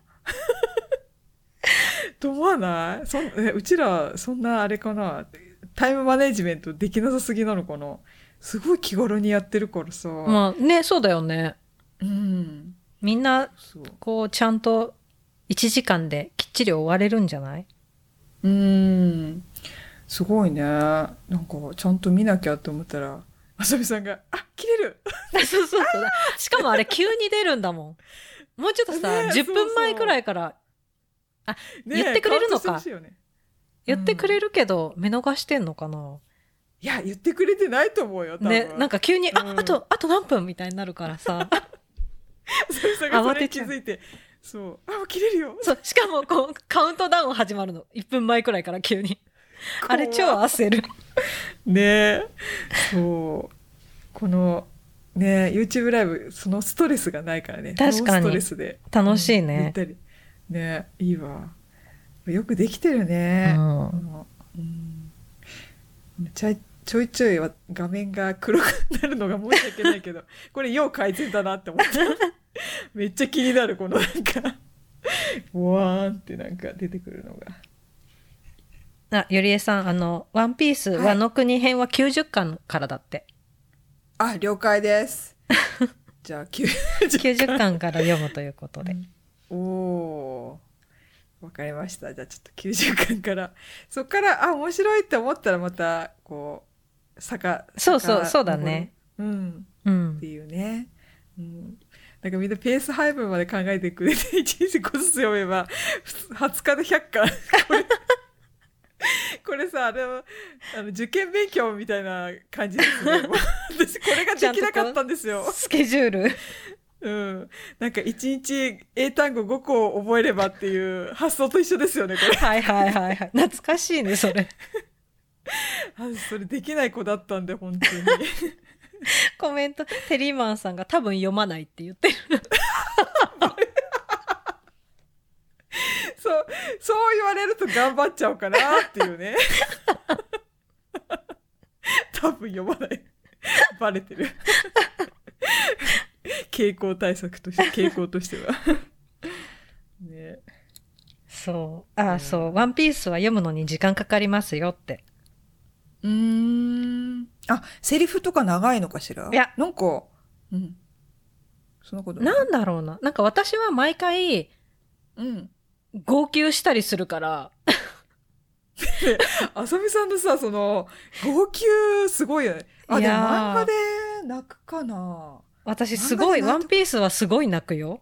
と思わない？そんえうちらそんなあれかなタイムマネジメントできなさすぎなのかな。すごい気軽にやってるからさ。 まあねそうだよね。 うんみんなこうちゃんといちじかんできっちり終われるんじゃない？ うんすごいね。なんかちゃんと見なきゃって思ったらあさみさんがあ切れるそうそうそうしかもあれ急に出るんだもん。もうちょっとさ、ね、じゅっぷんまえくらいからあ、ね、言ってくれるのか、ね、言ってくれるけど、うん、見逃してんのかな。 いや言ってくれてないと思うよ多分ね。 なんか急に、うん、ああとあと何分みたいになるからさそれさがそれに気づいてそうあもう切れるよそうしかもこうカウントダウン始まるのいっぷんまえくらいから急にあれ超焦るねえそうこのね YouTube ライブそのストレスがないからね。 確かにノーストレスで楽しいね、 うん、ねいいわよくできてるね、うんうん、ちょいちょいちょい画面が黒くなるのが申し訳ないけどこれ要改善だなって思ってめっちゃ気になるこのなんかワーンってなんか出てくるのが。 あゆりえさんあのワンピース和の国編はきゅうじゅっかんからだって、 はい、あ了解ですじゃあきゅうじゅっかんきゅうじゅっかんから読むということで、 うん、おおわかりました。じゃあちょっときゅうじゅっかんからそっからあ面白いって思ったらまたこう坂そうそうそうだね、 うん、 うん、 っていうね、うん、なんかみんなペース配分まで考えてくれていちにちごずつ読めばはつかでひゃっかんこれこれさあれあの受験勉強みたいな感じですね私これができなかったんですよスケジュールうん、なんかいちにち英単語ごこを覚えればっていう発想と一緒ですよねこれはいはいはいはい懐かしいねそれあそれできない子だったんで本当にコメントテリーマンさんが多分読まないって言ってるそうそう言われると頑張っちゃうかなっていうね多分読まないバレてる傾向対策として傾向としてはねそうあ、うん、そうワンピースは読むのに時間かかりますよってうーんあセリフとか長いのかしらいやなんかうんそんなことなんだろうななんか私は毎回うん号泣したりするからあさみさんのさその号泣すごいよねあでも漫画で泣くかな私すごいワンピースはすごい泣くよ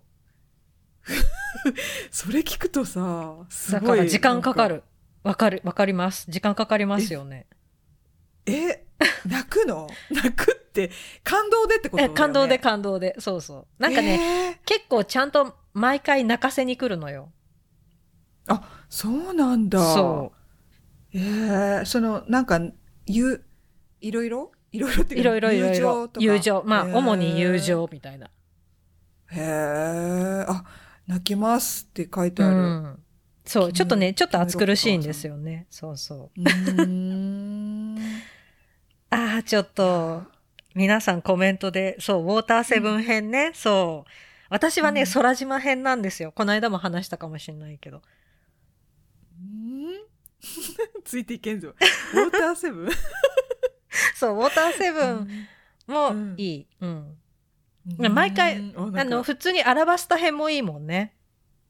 それ聞くとさすごいだから時間かかるわかるわかります時間かかりますよねええ泣くの泣くって感動でってことだよね感動で感動でそうそうなんかね、えー、結構ちゃんと毎回泣かせに来るのよあそうなんだそうえー、そのなんかゆいろいろいろいろっていうかいろいろいろいろ友情とか友情まあ、えー、主に友情みたいなへえあ泣きますって書いてある、うん、 そうちょっとねちょっと暑苦しいんですよねそうそううーんあーちょっと皆さんコメントでそうウォーターセブン編ね、うん、そう私はね、うん、空島編なんですよこの間も話したかもしれないけどうんついていけんぞウォーターセブンそうウォーターセブンもいい、うんうん、毎回あの普通にアラバスタ編もいいもんね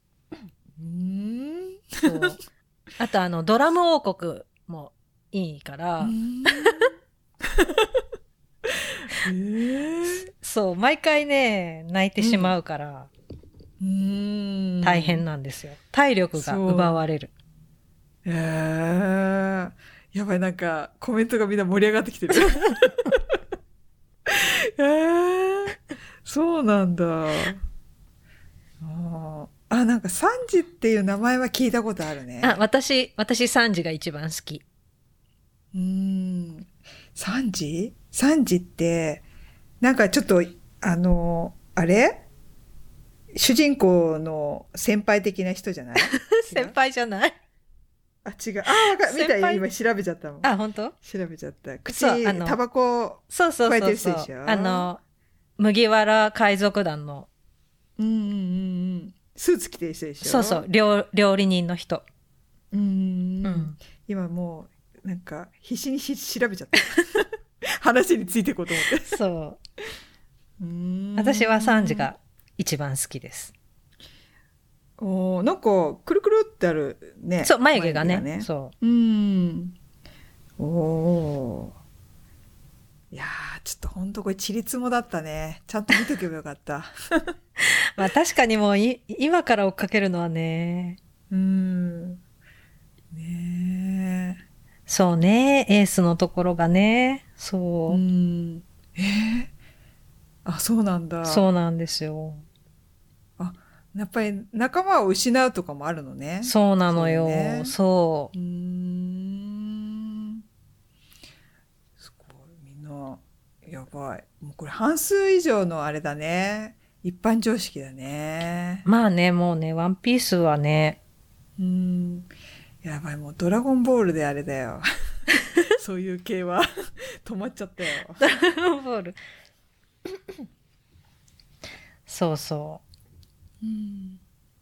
うんそうあとあのドラム王国もいいからうんえー、そう毎回ね泣いてしまうから、うん、大変なんですよ体力が奪われるえー、やばいなんかコメントがみんな盛り上がってきてるえー、そうなんだああなんかサンジっていう名前は聞いたことあるねあ私私サンジが一番好きうーんサンジサンジってなんかちょっとあのあれ主人公の先輩的な人じゃない先輩じゃないあ違うあわか見た今調べちゃったもんあ本当調べちゃった口タバコそうそうそうそうあの麦わら海賊団のうんうんうんスーツ着てる人でしょそうそう 料, 料理人の人うん、うん、今もうなんか必死に調べちゃった話についていこうと思ってそううん私はサンジが一番好きですおなんかくるくるってあるねそう眉毛が ね, 眉毛がねそううんおいやーちょっとほんとこれちりつもだったねちゃんと見とけばよかったまあ確かにもうい今から追っかけるのはねうんねえそうねエースのところがねそううんえー、あそうなんだそうなんですよあやっぱり仲間を失うとかもあるのねそうなのよ そう,、ね、そううーんすごいみんなやばいもうこれ半数以上のあれだね一般常識だねまあねもうねワンピースはねうーんやばいもうドラゴンボールであれだよそういう系は止まっちゃったよドラゴンボールそうそううん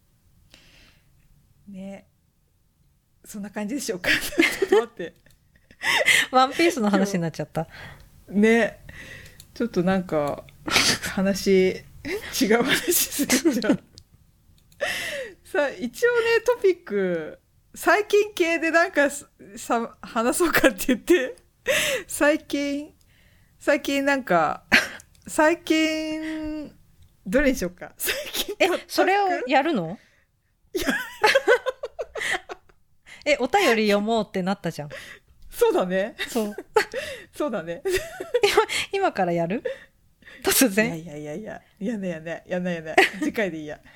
ねそんな感じでしょうかちょっと待ってワンピースの話になっちゃったねちょっとなんか話違う話するじゃんさあ一応ねトピック最近系でなんかさ話そうかって言って最近最近なんか最近どれにしようか最近えそれをやるのえお便り読もうってなったじゃん。 そうだねそうそうだね今, 今からやる突然。 いやいやいやいややんないやんないやんないやんない次回でいいや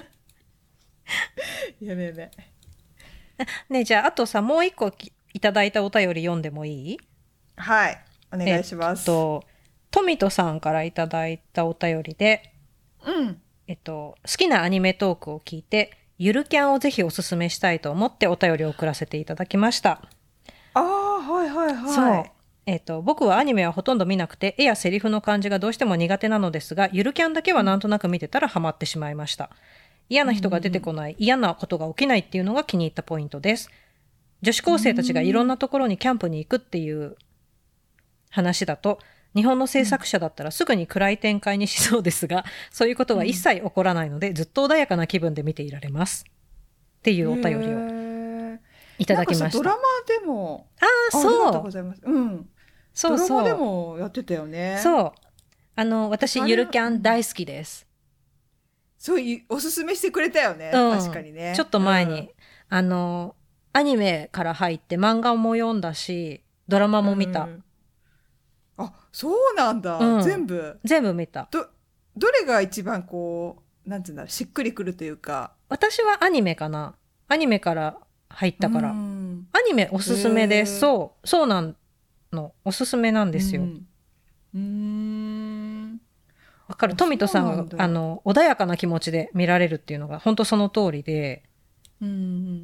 やめやめねじゃああとさもう一個いただいたお便り読んでもいい？ はいお願いします。 えっとトミトさんからいただいたお便りで、 うんえっと、好きなアニメトークを聞いてゆるキャンをぜひおすすめしたいと思ってお便りを送らせていただきました。 ああはいはいはい。 そう、えっと、僕はアニメはほとんど見なくて絵やセリフの感じがどうしても苦手なのですがゆるキャンだけはなんとなく見てたらハマってしまいました。嫌な人が出てこない、うんうん、嫌なことが起きないっていうのが気に入ったポイントです。女子高生たちがいろんなところにキャンプに行くっていう話だと日本の制作者だったらすぐに暗い展開にしそうですが、そういうことは一切起こらないので、うん、ずっと穏やかな気分で見ていられますっていうお便りをいただきました。 ドラマでもああそうありがとうございます、うん、そうそうドラマでもやってたよね。 そうあの私ゆるキャン大好きです。 そういうおすすめしてくれたよね、うん、確かにね。 ちょっと前に、うん、あのアニメから入って漫画も読んだしドラマも見た、うん、 あそうなんだ、うん、全部全部見た。 ど, どれが一番こうなんていうんだろうしっくりくるというか。 私はアニメかな。アニメから入ったから、うん、アニメおすすめです。そうそうなんのおすすめなんですよ。うん、うーんわかる。トミトさんがあの穏やかな気持ちで見られるっていうのが本当その通りで、 うん、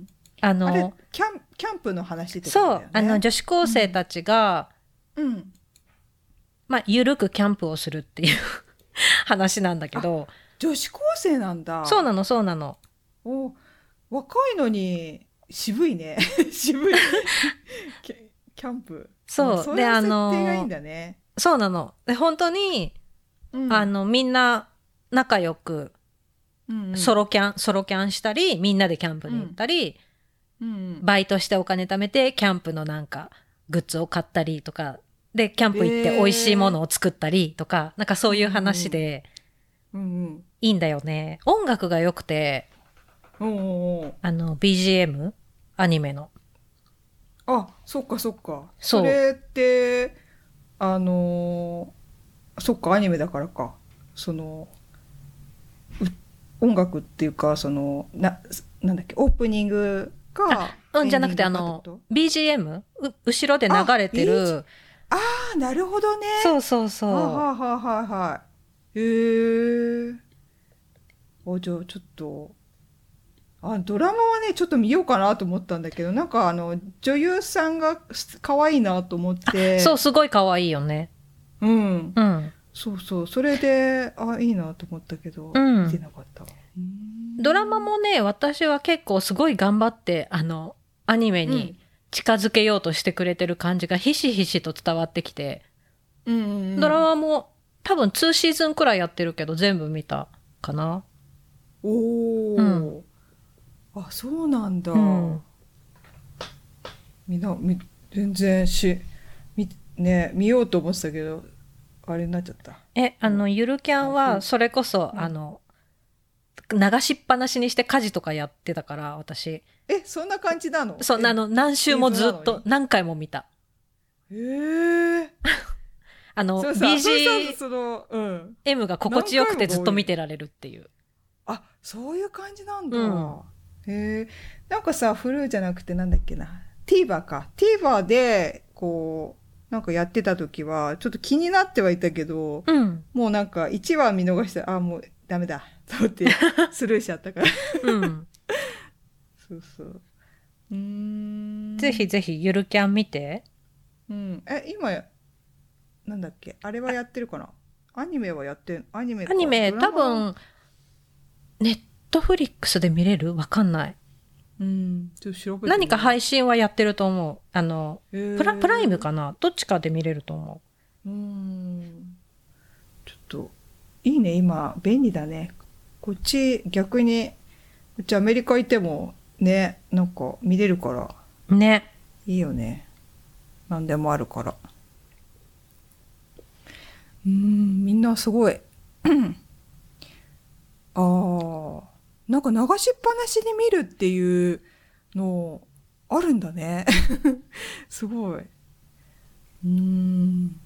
あのあれキャン、キャンプの話ってことだよね。 そうあの女子高生たちが、うんうんまあ、ゆるくキャンプをするっていう話なんだけど。 女子高生なんだ。 そうなのそうなの。 お若いのに渋いね渋いキャンプ。 そうそういう設定がいいんだね。 そうなので本当に、うん、あのみんな仲良く、うんうん、ソロキャンソロキャンしたりみんなでキャンプに行ったり、うんうん、バイトしてお金貯めてキャンプのなんかグッズを買ったりとかでキャンプ行って美味しいものを作ったりとか、えー、なんかそういう話で、うんうん、いいんだよね。音楽が良くて、うんうん、あの ビージーエム アニメの。 あ、そっかそっか。それってあのー、そっかアニメだからか。その音楽っていうかその な, なんだっけオープニングか。 うんじゃなくてあの ビージーエム 後ろで流れてる。 ああなるほどね。 そうそうそう。 はいはいはいはい。へえ。おじゃあちょっとあドラマはねちょっと見ようかなと思ったんだけどなんかあの女優さんが可愛いなと思って。 そうすごい可愛いよね。 うんうん。 そうそうそれであいいなと思ったけど、うん、見てなかった。 ドラマもね私は結構すごい頑張ってあのアニメに、うん近づけようとしてくれてる感じがひしひしと伝わってきて、うんうんうん、ドラマも多分にシーズンくらいやってるけど全部見たかな。 おー、うん、あそうなんだ、うん、みんなみ全然しみ、ね、見ようと思ってたけどあれになっちゃった。 えあのゆるキャンはそれこそ、うん、あの流しっぱなしにして家事とかやってたから私。 えそんな感じなの？ そうあの何週もずっと何回も見た。 へえ。 あの ビージーエム が心地よくてずっと見てられるっていう。 あそういう感じなんだ。うん、へえ。なんかさフルじゃなくてなんだっけな TVer か TVer でこうなんかやってた時はちょっと気になってはいたけど、うん、もうなんかいちわ見逃してあもうダメだと思ってスルーしちゃったから。うんそうそう。うーんぜひぜひゆるキャン見て。 うん。え今なんだっけあれはやってるかな。アニメはやってんアニメかアニメ多分ネットフリックスで見れるわかんない。 うんちょっと調べて何か配信はやってると思う。あのプラプライムかなどっちかで見れると思う。 うんといいね、今便利だね。こっち逆にこっちアメリカ行ってもね、なんか見れるからね、 いいよね。何でもあるから。うーん、みんなすごい。ああ、なんか流しっぱなしに見るっていうのあるんだね。すごい。うーん。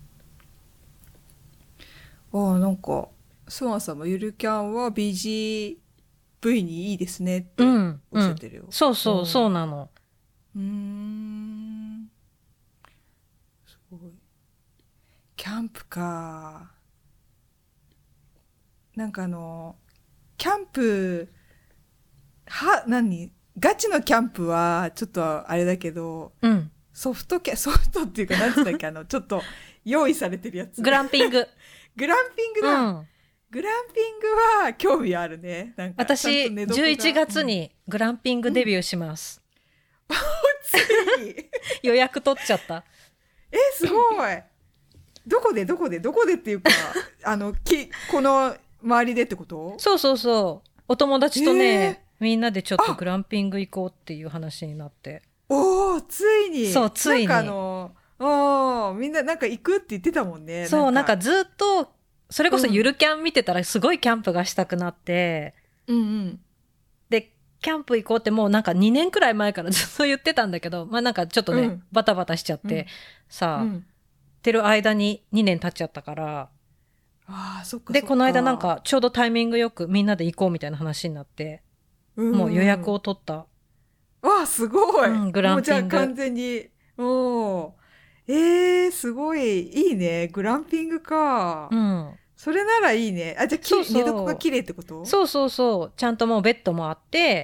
ああ、なんか、ソワさんもゆるキャンは ビージーブイ にいいですねってうんおっしゃってるよ。 うん、そうそうそうなの。 うーん。すごい。キャンプか。なんかあの、キャンプ、は、何ガチのキャンプはちょっとあれだけど、 うん。 ソフトキャ、ソフトっていうか、なんつったっけ、あの、ちょっと用意されてるやつ。 グランピング。 グランピングうだ。 ん。 グランピングは興味あるね。なんかちゃん私、 と寝床がじゅういちがつにグランピングデビューします。 ついに予約取っちゃった。 え、すごい。どこでどこでどこでっていうか、あの、き、この周りでってこと？ そうそうそう。お友達とね、 えーみんなでちょっとグランピング行こうっていう話になって。 おー、ついに。 そうついになんかあの、おー、みんななんか行くって言ってたもんね。 そう、なんかずっと、それこそゆるキャン見てたらすごいキャンプがしたくなって、 うんうん。 で、キャンプ行こうってもうなんかにねんくらい前からずっと言ってたんだけど、まあなんかちょっとね、 うんバタバタしちゃって、 うんさあ、 うんてる間ににねん経っちゃったから、 ああ、そっかそっか。 で、この間なんかちょうどタイミングよくみんなで行こうみたいな話になって、 うん、 もう予約を取った。 わあ、すごい。 うんグランピングもうじゃあ完全に。おー。えー、すごい。いいね。グランピングか。 うん。 それならいいね。あ、じゃあき、 そうそう寝床が綺麗ってこと？ そうそうそう。ちゃんともうベッドもあって、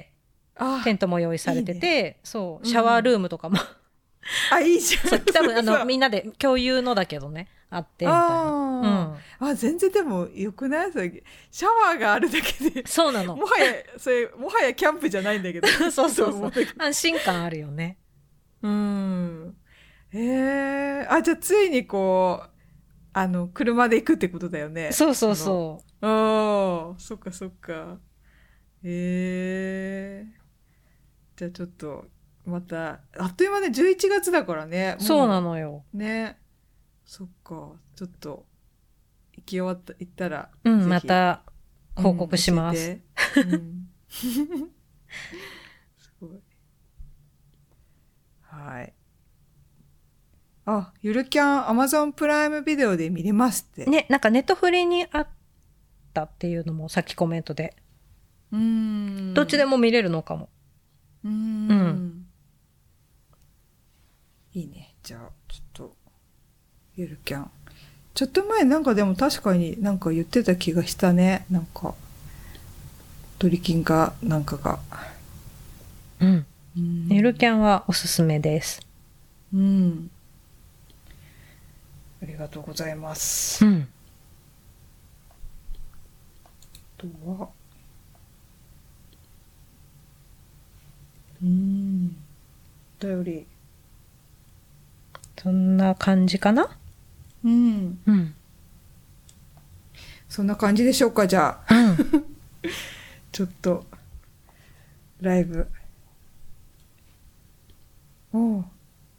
あテントも用意されてて、 いいねそうう、 んシャワールームとかも、 あ、いいじゃん。 そう、多分あの、 そうみんなで共有のだけどね、あって、みたいな。 あー、あ、全然でもよくない？それシャワーがあるだけでうん。。そうなのも。はや、それ、もはやキャンプじゃないんだけど。 そうそうとそう思ったけど。 安心感あるよね。 うん。えー、あ、じゃあついにこう、あの、車で行くってことだよね。 そうそうそう。 う。ああ、そっかそっか。えー。じゃあちょっと、また、あっという間ね、じゅういちがつだからね。もそうなのよ。 ね。そっか。ちょっと、行き終わった、行ったら。 うん、 ぜひまた報告します。 うん教えてうんすごい。はい。あ、ゆるキャン、アマゾンプライムビデオで見れますって。 ね、なんかネットフリにあったっていうのもさっきコメントで。 うーん。 どっちでも見れるのかも。 うーん。 うんいいね。じゃあ、ちょっと、ゆるキャン。ちょっと前なんかでも確かになんか言ってた気がしたね。なんか、ドリキンかなんかが。 うん。 うんゆるキャンはおすすめです。 うん。ありがとうございます。あうん。 とは、うん。お便り。 そんな感じかな？ うん。 うん。 そんな感じでしょうか、じゃあ。 うん。 ちょっと、ライブ。おう。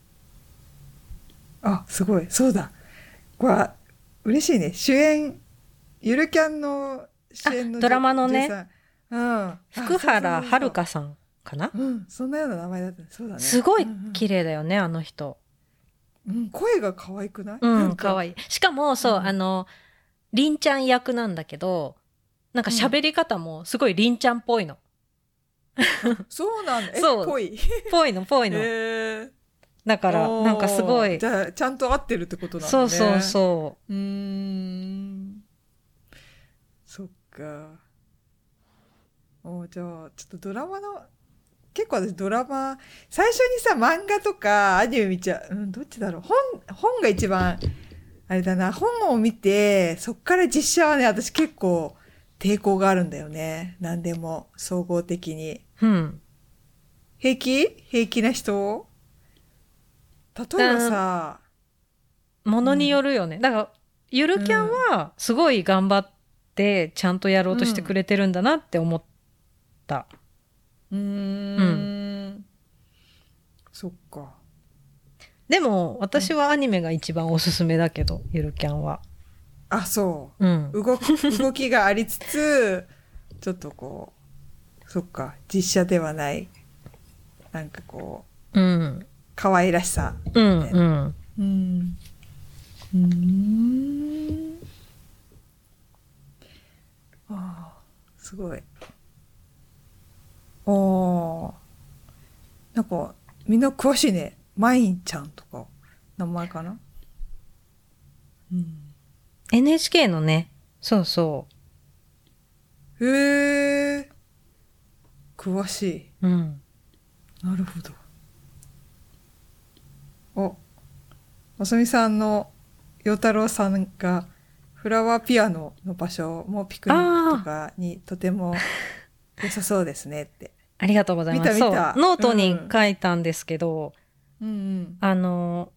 あ、すごい。そうだ。これ、嬉しいね。主演、ゆるキャンの主演のあドラマのね女優さん。うん。 福原遥か。 さんかな？ うん。そんなような名前だったね。そうだね。 すごいうん綺麗だよね、あの人。 うんうん声が可愛くない？ うん、かわいい。 いい。しかも、そう、 うんあの、りんちゃん役なんだけど、なんか喋り方もすごいりんちゃんっぽいの。 そうなんだ。え、 そうぽい。 ぽいの、ぽいの。 へーだから、 おーなんかすごいじ。ゃあ、ちゃんと合ってるってことなんだね。 そうそうそうーん。そっか。おじゃあ、ちょっとドラマの、結構私ドラマ、最初にさ、漫画とかアニメ見ちゃう。うん、どっちだろう。本、本が一番、あれだな、本を見て、そっから実写はね、私結構抵抗があるんだよね。何でも、総合的に。 う。うん。 平気平気な人例えばさ、 ものによるよね。だから、 ゆるキャンはすごい頑張ってちゃんとやろうとしてくれてるんだなって思った。 うーん、うん、そっか。 でも私はアニメが一番おすすめだけど、ゆるキャンは。 あ、そう、 うん、 動き、動きがありつつちょっとこう、そっか、実写ではないなんかこう、うん、可愛らしさ、ね、うんうんうんうーん、ああ、すごい。ああ、なんかみんな詳しいね。マインちゃんとか名前かな。 うん。エヌエイチケー のね、そうそう。 へえ、詳しい。 うん。 なるほど。お、まさみさんの陽太郎さんがフラワーピアノの場所もピクニックとかにとても良さそうですねって。 ありがとうございます。見た見た。そう、ノートに書いたんですけど、うんうん、あの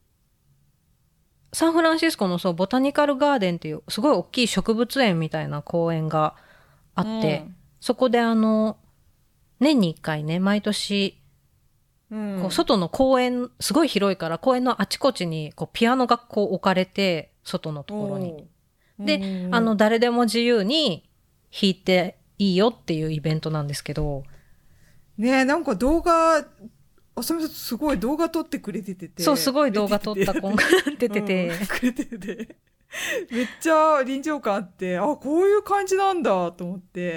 サンフランシスコのそうボタニカルガーデンっていうすごい大きい植物園みたいな公園があって、うん、そこであの年にいっかいね、毎年、うん、こう外の公園すごい広いから公園のあちこちにこうピアノがこう置かれて、外のところにで、あの誰でも自由に弾いていいよっていうイベントなんですけどねえ、なんか動画あさみさんすごい動画撮ってくれてて、 そうすごい動画撮った子が出てて、 うん、くれててめっちゃ臨場感あって、あ、こういう感じなんだと思って、うん、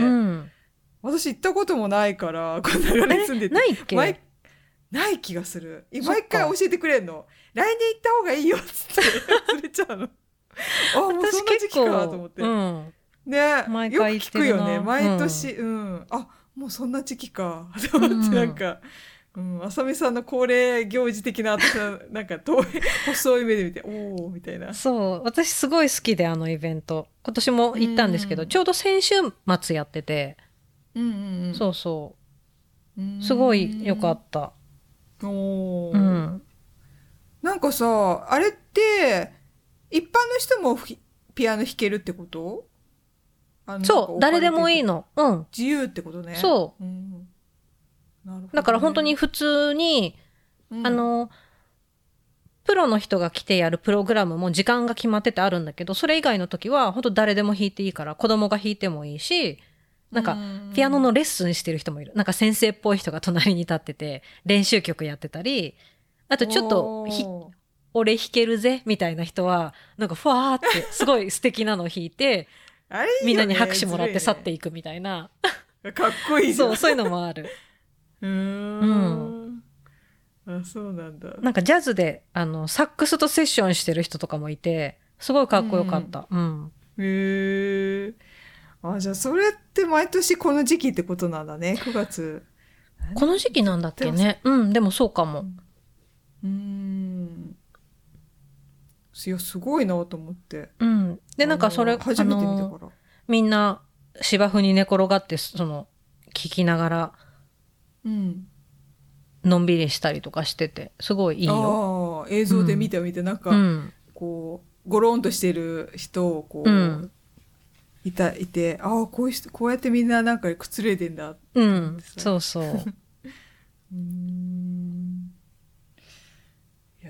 私行ったこともないからこの流れに住んでてないっけ、 ない気がする。毎回教えてくれんの。来年行った方がいいよっつって忘れちゃうの。あ、もうそんな時期かと思って、うん、ね、毎回よく聞くよね毎年、うん、うん、あ、もうそんな時期かと思って、うん、なんかうん、あさみさんの恒例行事的な私はなんか遠い細い目で見ておおみたいな。 そう、私すごい好きであのイベント今年も行ったんですけど、うん、ちょうど先週末やってて、うんうんうん、そうそうすごい良かった。お、 うん、なんかさあれって一般の人もピアノ弾けるってこと？ あのそう誰でもいいの、うん、 自由ってことね。 そう、うんね、だから本当に普通に、うん、あのプロの人が来てやるプログラムも時間が決まっててあるんだけど、それ以外の時は本当誰でも弾いていいから、子供が弾いてもいいし、なんかピアノのレッスンしてる人もいる。なんか先生っぽい人が隣に立ってて練習曲やってたり、あとちょっとひ俺弾けるぜみたいな人はなんかふわーってすごい素敵なの弾いてあれいいよね、 みんなに拍手もらって去っていくみたいな、 ね、かっこいいじゃん。 そうそういうのもある。 うーん、うん、あ、そうなんだ。 なんかジャズであのサックスとセッションしてる人とかもいてすごいかっこよかった。うん、うん、 へえ。あ、じゃあそれって毎年この時期ってことなんだね。くがつ。 この時期なんだっけね。うん、でもそうかも。 うーん。いや、すごいなと思って。 うん。で、なんかそれ、 初めて見たから。 みんな芝生に寝転がって、その、聞きながら、うん。のんびりしたりとかしてて、すごいいいよ。 ああ、映像で見て見て、うん、なんか、うん、こう、ゴロンとしてる人を、こう、うん、いた、いて、ああ、こういう人、こうやってみんななんかくつれてんだって。 うん、そうそう。うーん。いや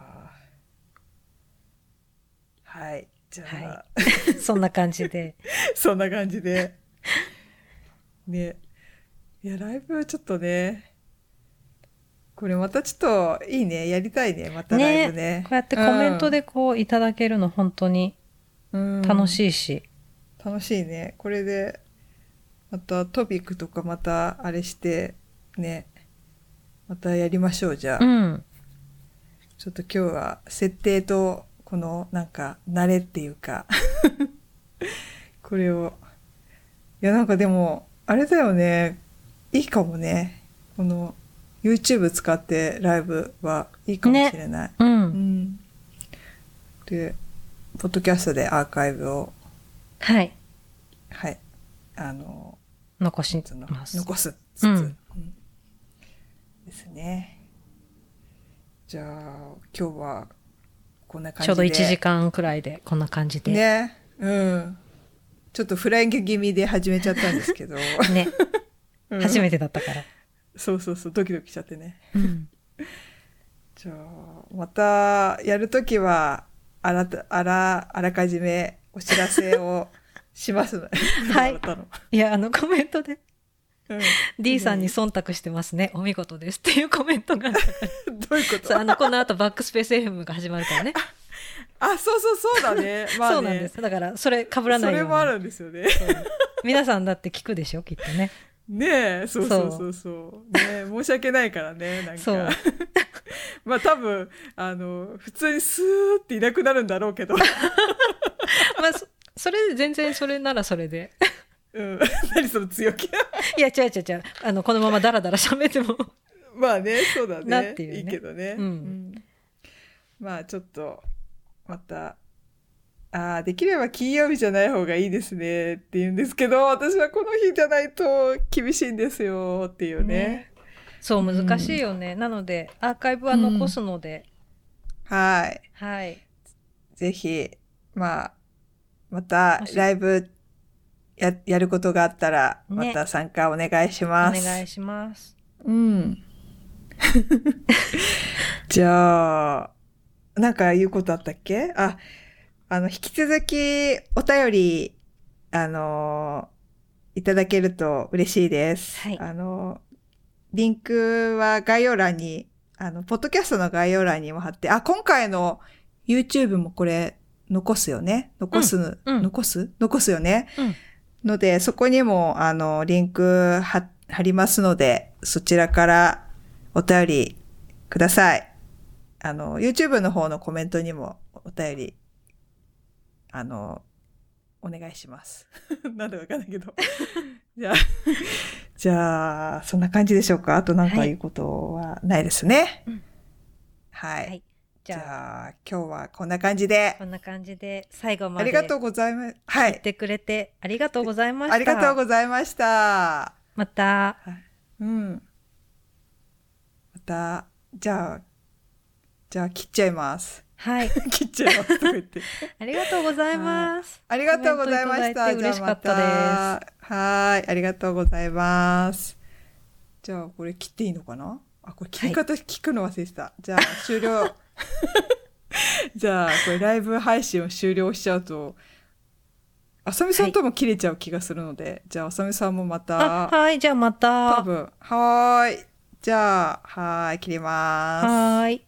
はい。じゃあ、はい、そんな感じで。 そんな感じで。ね。いや、ライブちょっとね、これまたちょっといいね。やりたいね。またライブね。 ね、こうやってコメントでこういただけるの本当に楽しいし。 うん、楽しいね。これで、またトピックとかまたあれして、ね。またやりましょう、じゃあ。うん、ちょっと今日は設定と、このなんか慣れっていうかこれをいやなんかでもあれだよね、いいかもね、この YouTube 使ってライブはいいかもしれない、ね、うん、うん、でポッドキャストでアーカイブをはいはいあの残します残すつつ、うんうん、ですね。じゃあ今日はこんな感じでちょうどいちじかんくらいでこんな感じでね、うん、ちょっとフライング気味で始めちゃったんですけどね、うん、初めてだったからそうそうそうドキドキしちゃってね、 うん、 じゃあまたやるときはあらあらあらかじめお知らせをしますのはいいやあのコメントでうん、D さんに忖度してますね、お見事ですっていうコメントがあったからどういうことあのこの後バックスペース エフエム が始まるからねあ, あそうそうそうだね、まあねそうなんですだからそれ被らないようにそれもあるんですよね皆さんだって聞くでしょきっとねねえそうそうそうそうね申し訳ないからねなんかそうまあ多分あの普通にスーっていなくなるんだろうけどまあ そ, それ全然それならそれでうん、何その強気いや違う違う違うあのこのままダラダラ喋ってもまあねそうだねなっていうねいいけどね、 うんうん、 まあちょっとまたあできれば金曜日じゃない方がいいですねって言うんですけど私はこの日じゃないと厳しいんですよっていうね、ねそう難しいよね、うん、なのでアーカイブは残すので、 うん、はいはいぜひまあまたライブや, やることがあったらまた参加お願いします、 ね、お願いします。 うんじゃあなんか言うことあったっけ？あ、あの引き続きお便りあのいただけると嬉しいです。 はい、 あのリンクは概要欄にあのポッドキャストの概要欄にも貼って、あ今回の YouTube もこれ残すよね。残す、うんうん、残す残すよね。 うんので、そこにも、あの、リンク貼、貼りますので、そちらからお便りください。あの、YouTube の方のコメントにもお便り、あの、お願いします。なんだかわかんないけど。じゃあ、じゃあ、そんな感じでしょうか。あと何か言うことはないですね。はい。はいじゃあ今日はこんな感じでこんな感じで最後までありがとうございます。はい。 聞いてくれてありがとうございました。 ありがとうございました。 また、 はい、うん。またじゃあじゃあ切っちゃいます。 はい。 切っちゃいますとか言って。 ありがとうございます。 ありがとうございました。 嬉しかったです。 はい、ありがとうございます。じゃあこれ切っていいのかな？あ、これ切り方聞くの忘れてた。はい、じゃあ終了。じゃあこれライブ配信を終了しちゃうとあさみさんとも切れちゃう気がするので、はい、じゃああさみさんもまたはいじゃあまた多分はーいじゃあはーい切りますはーい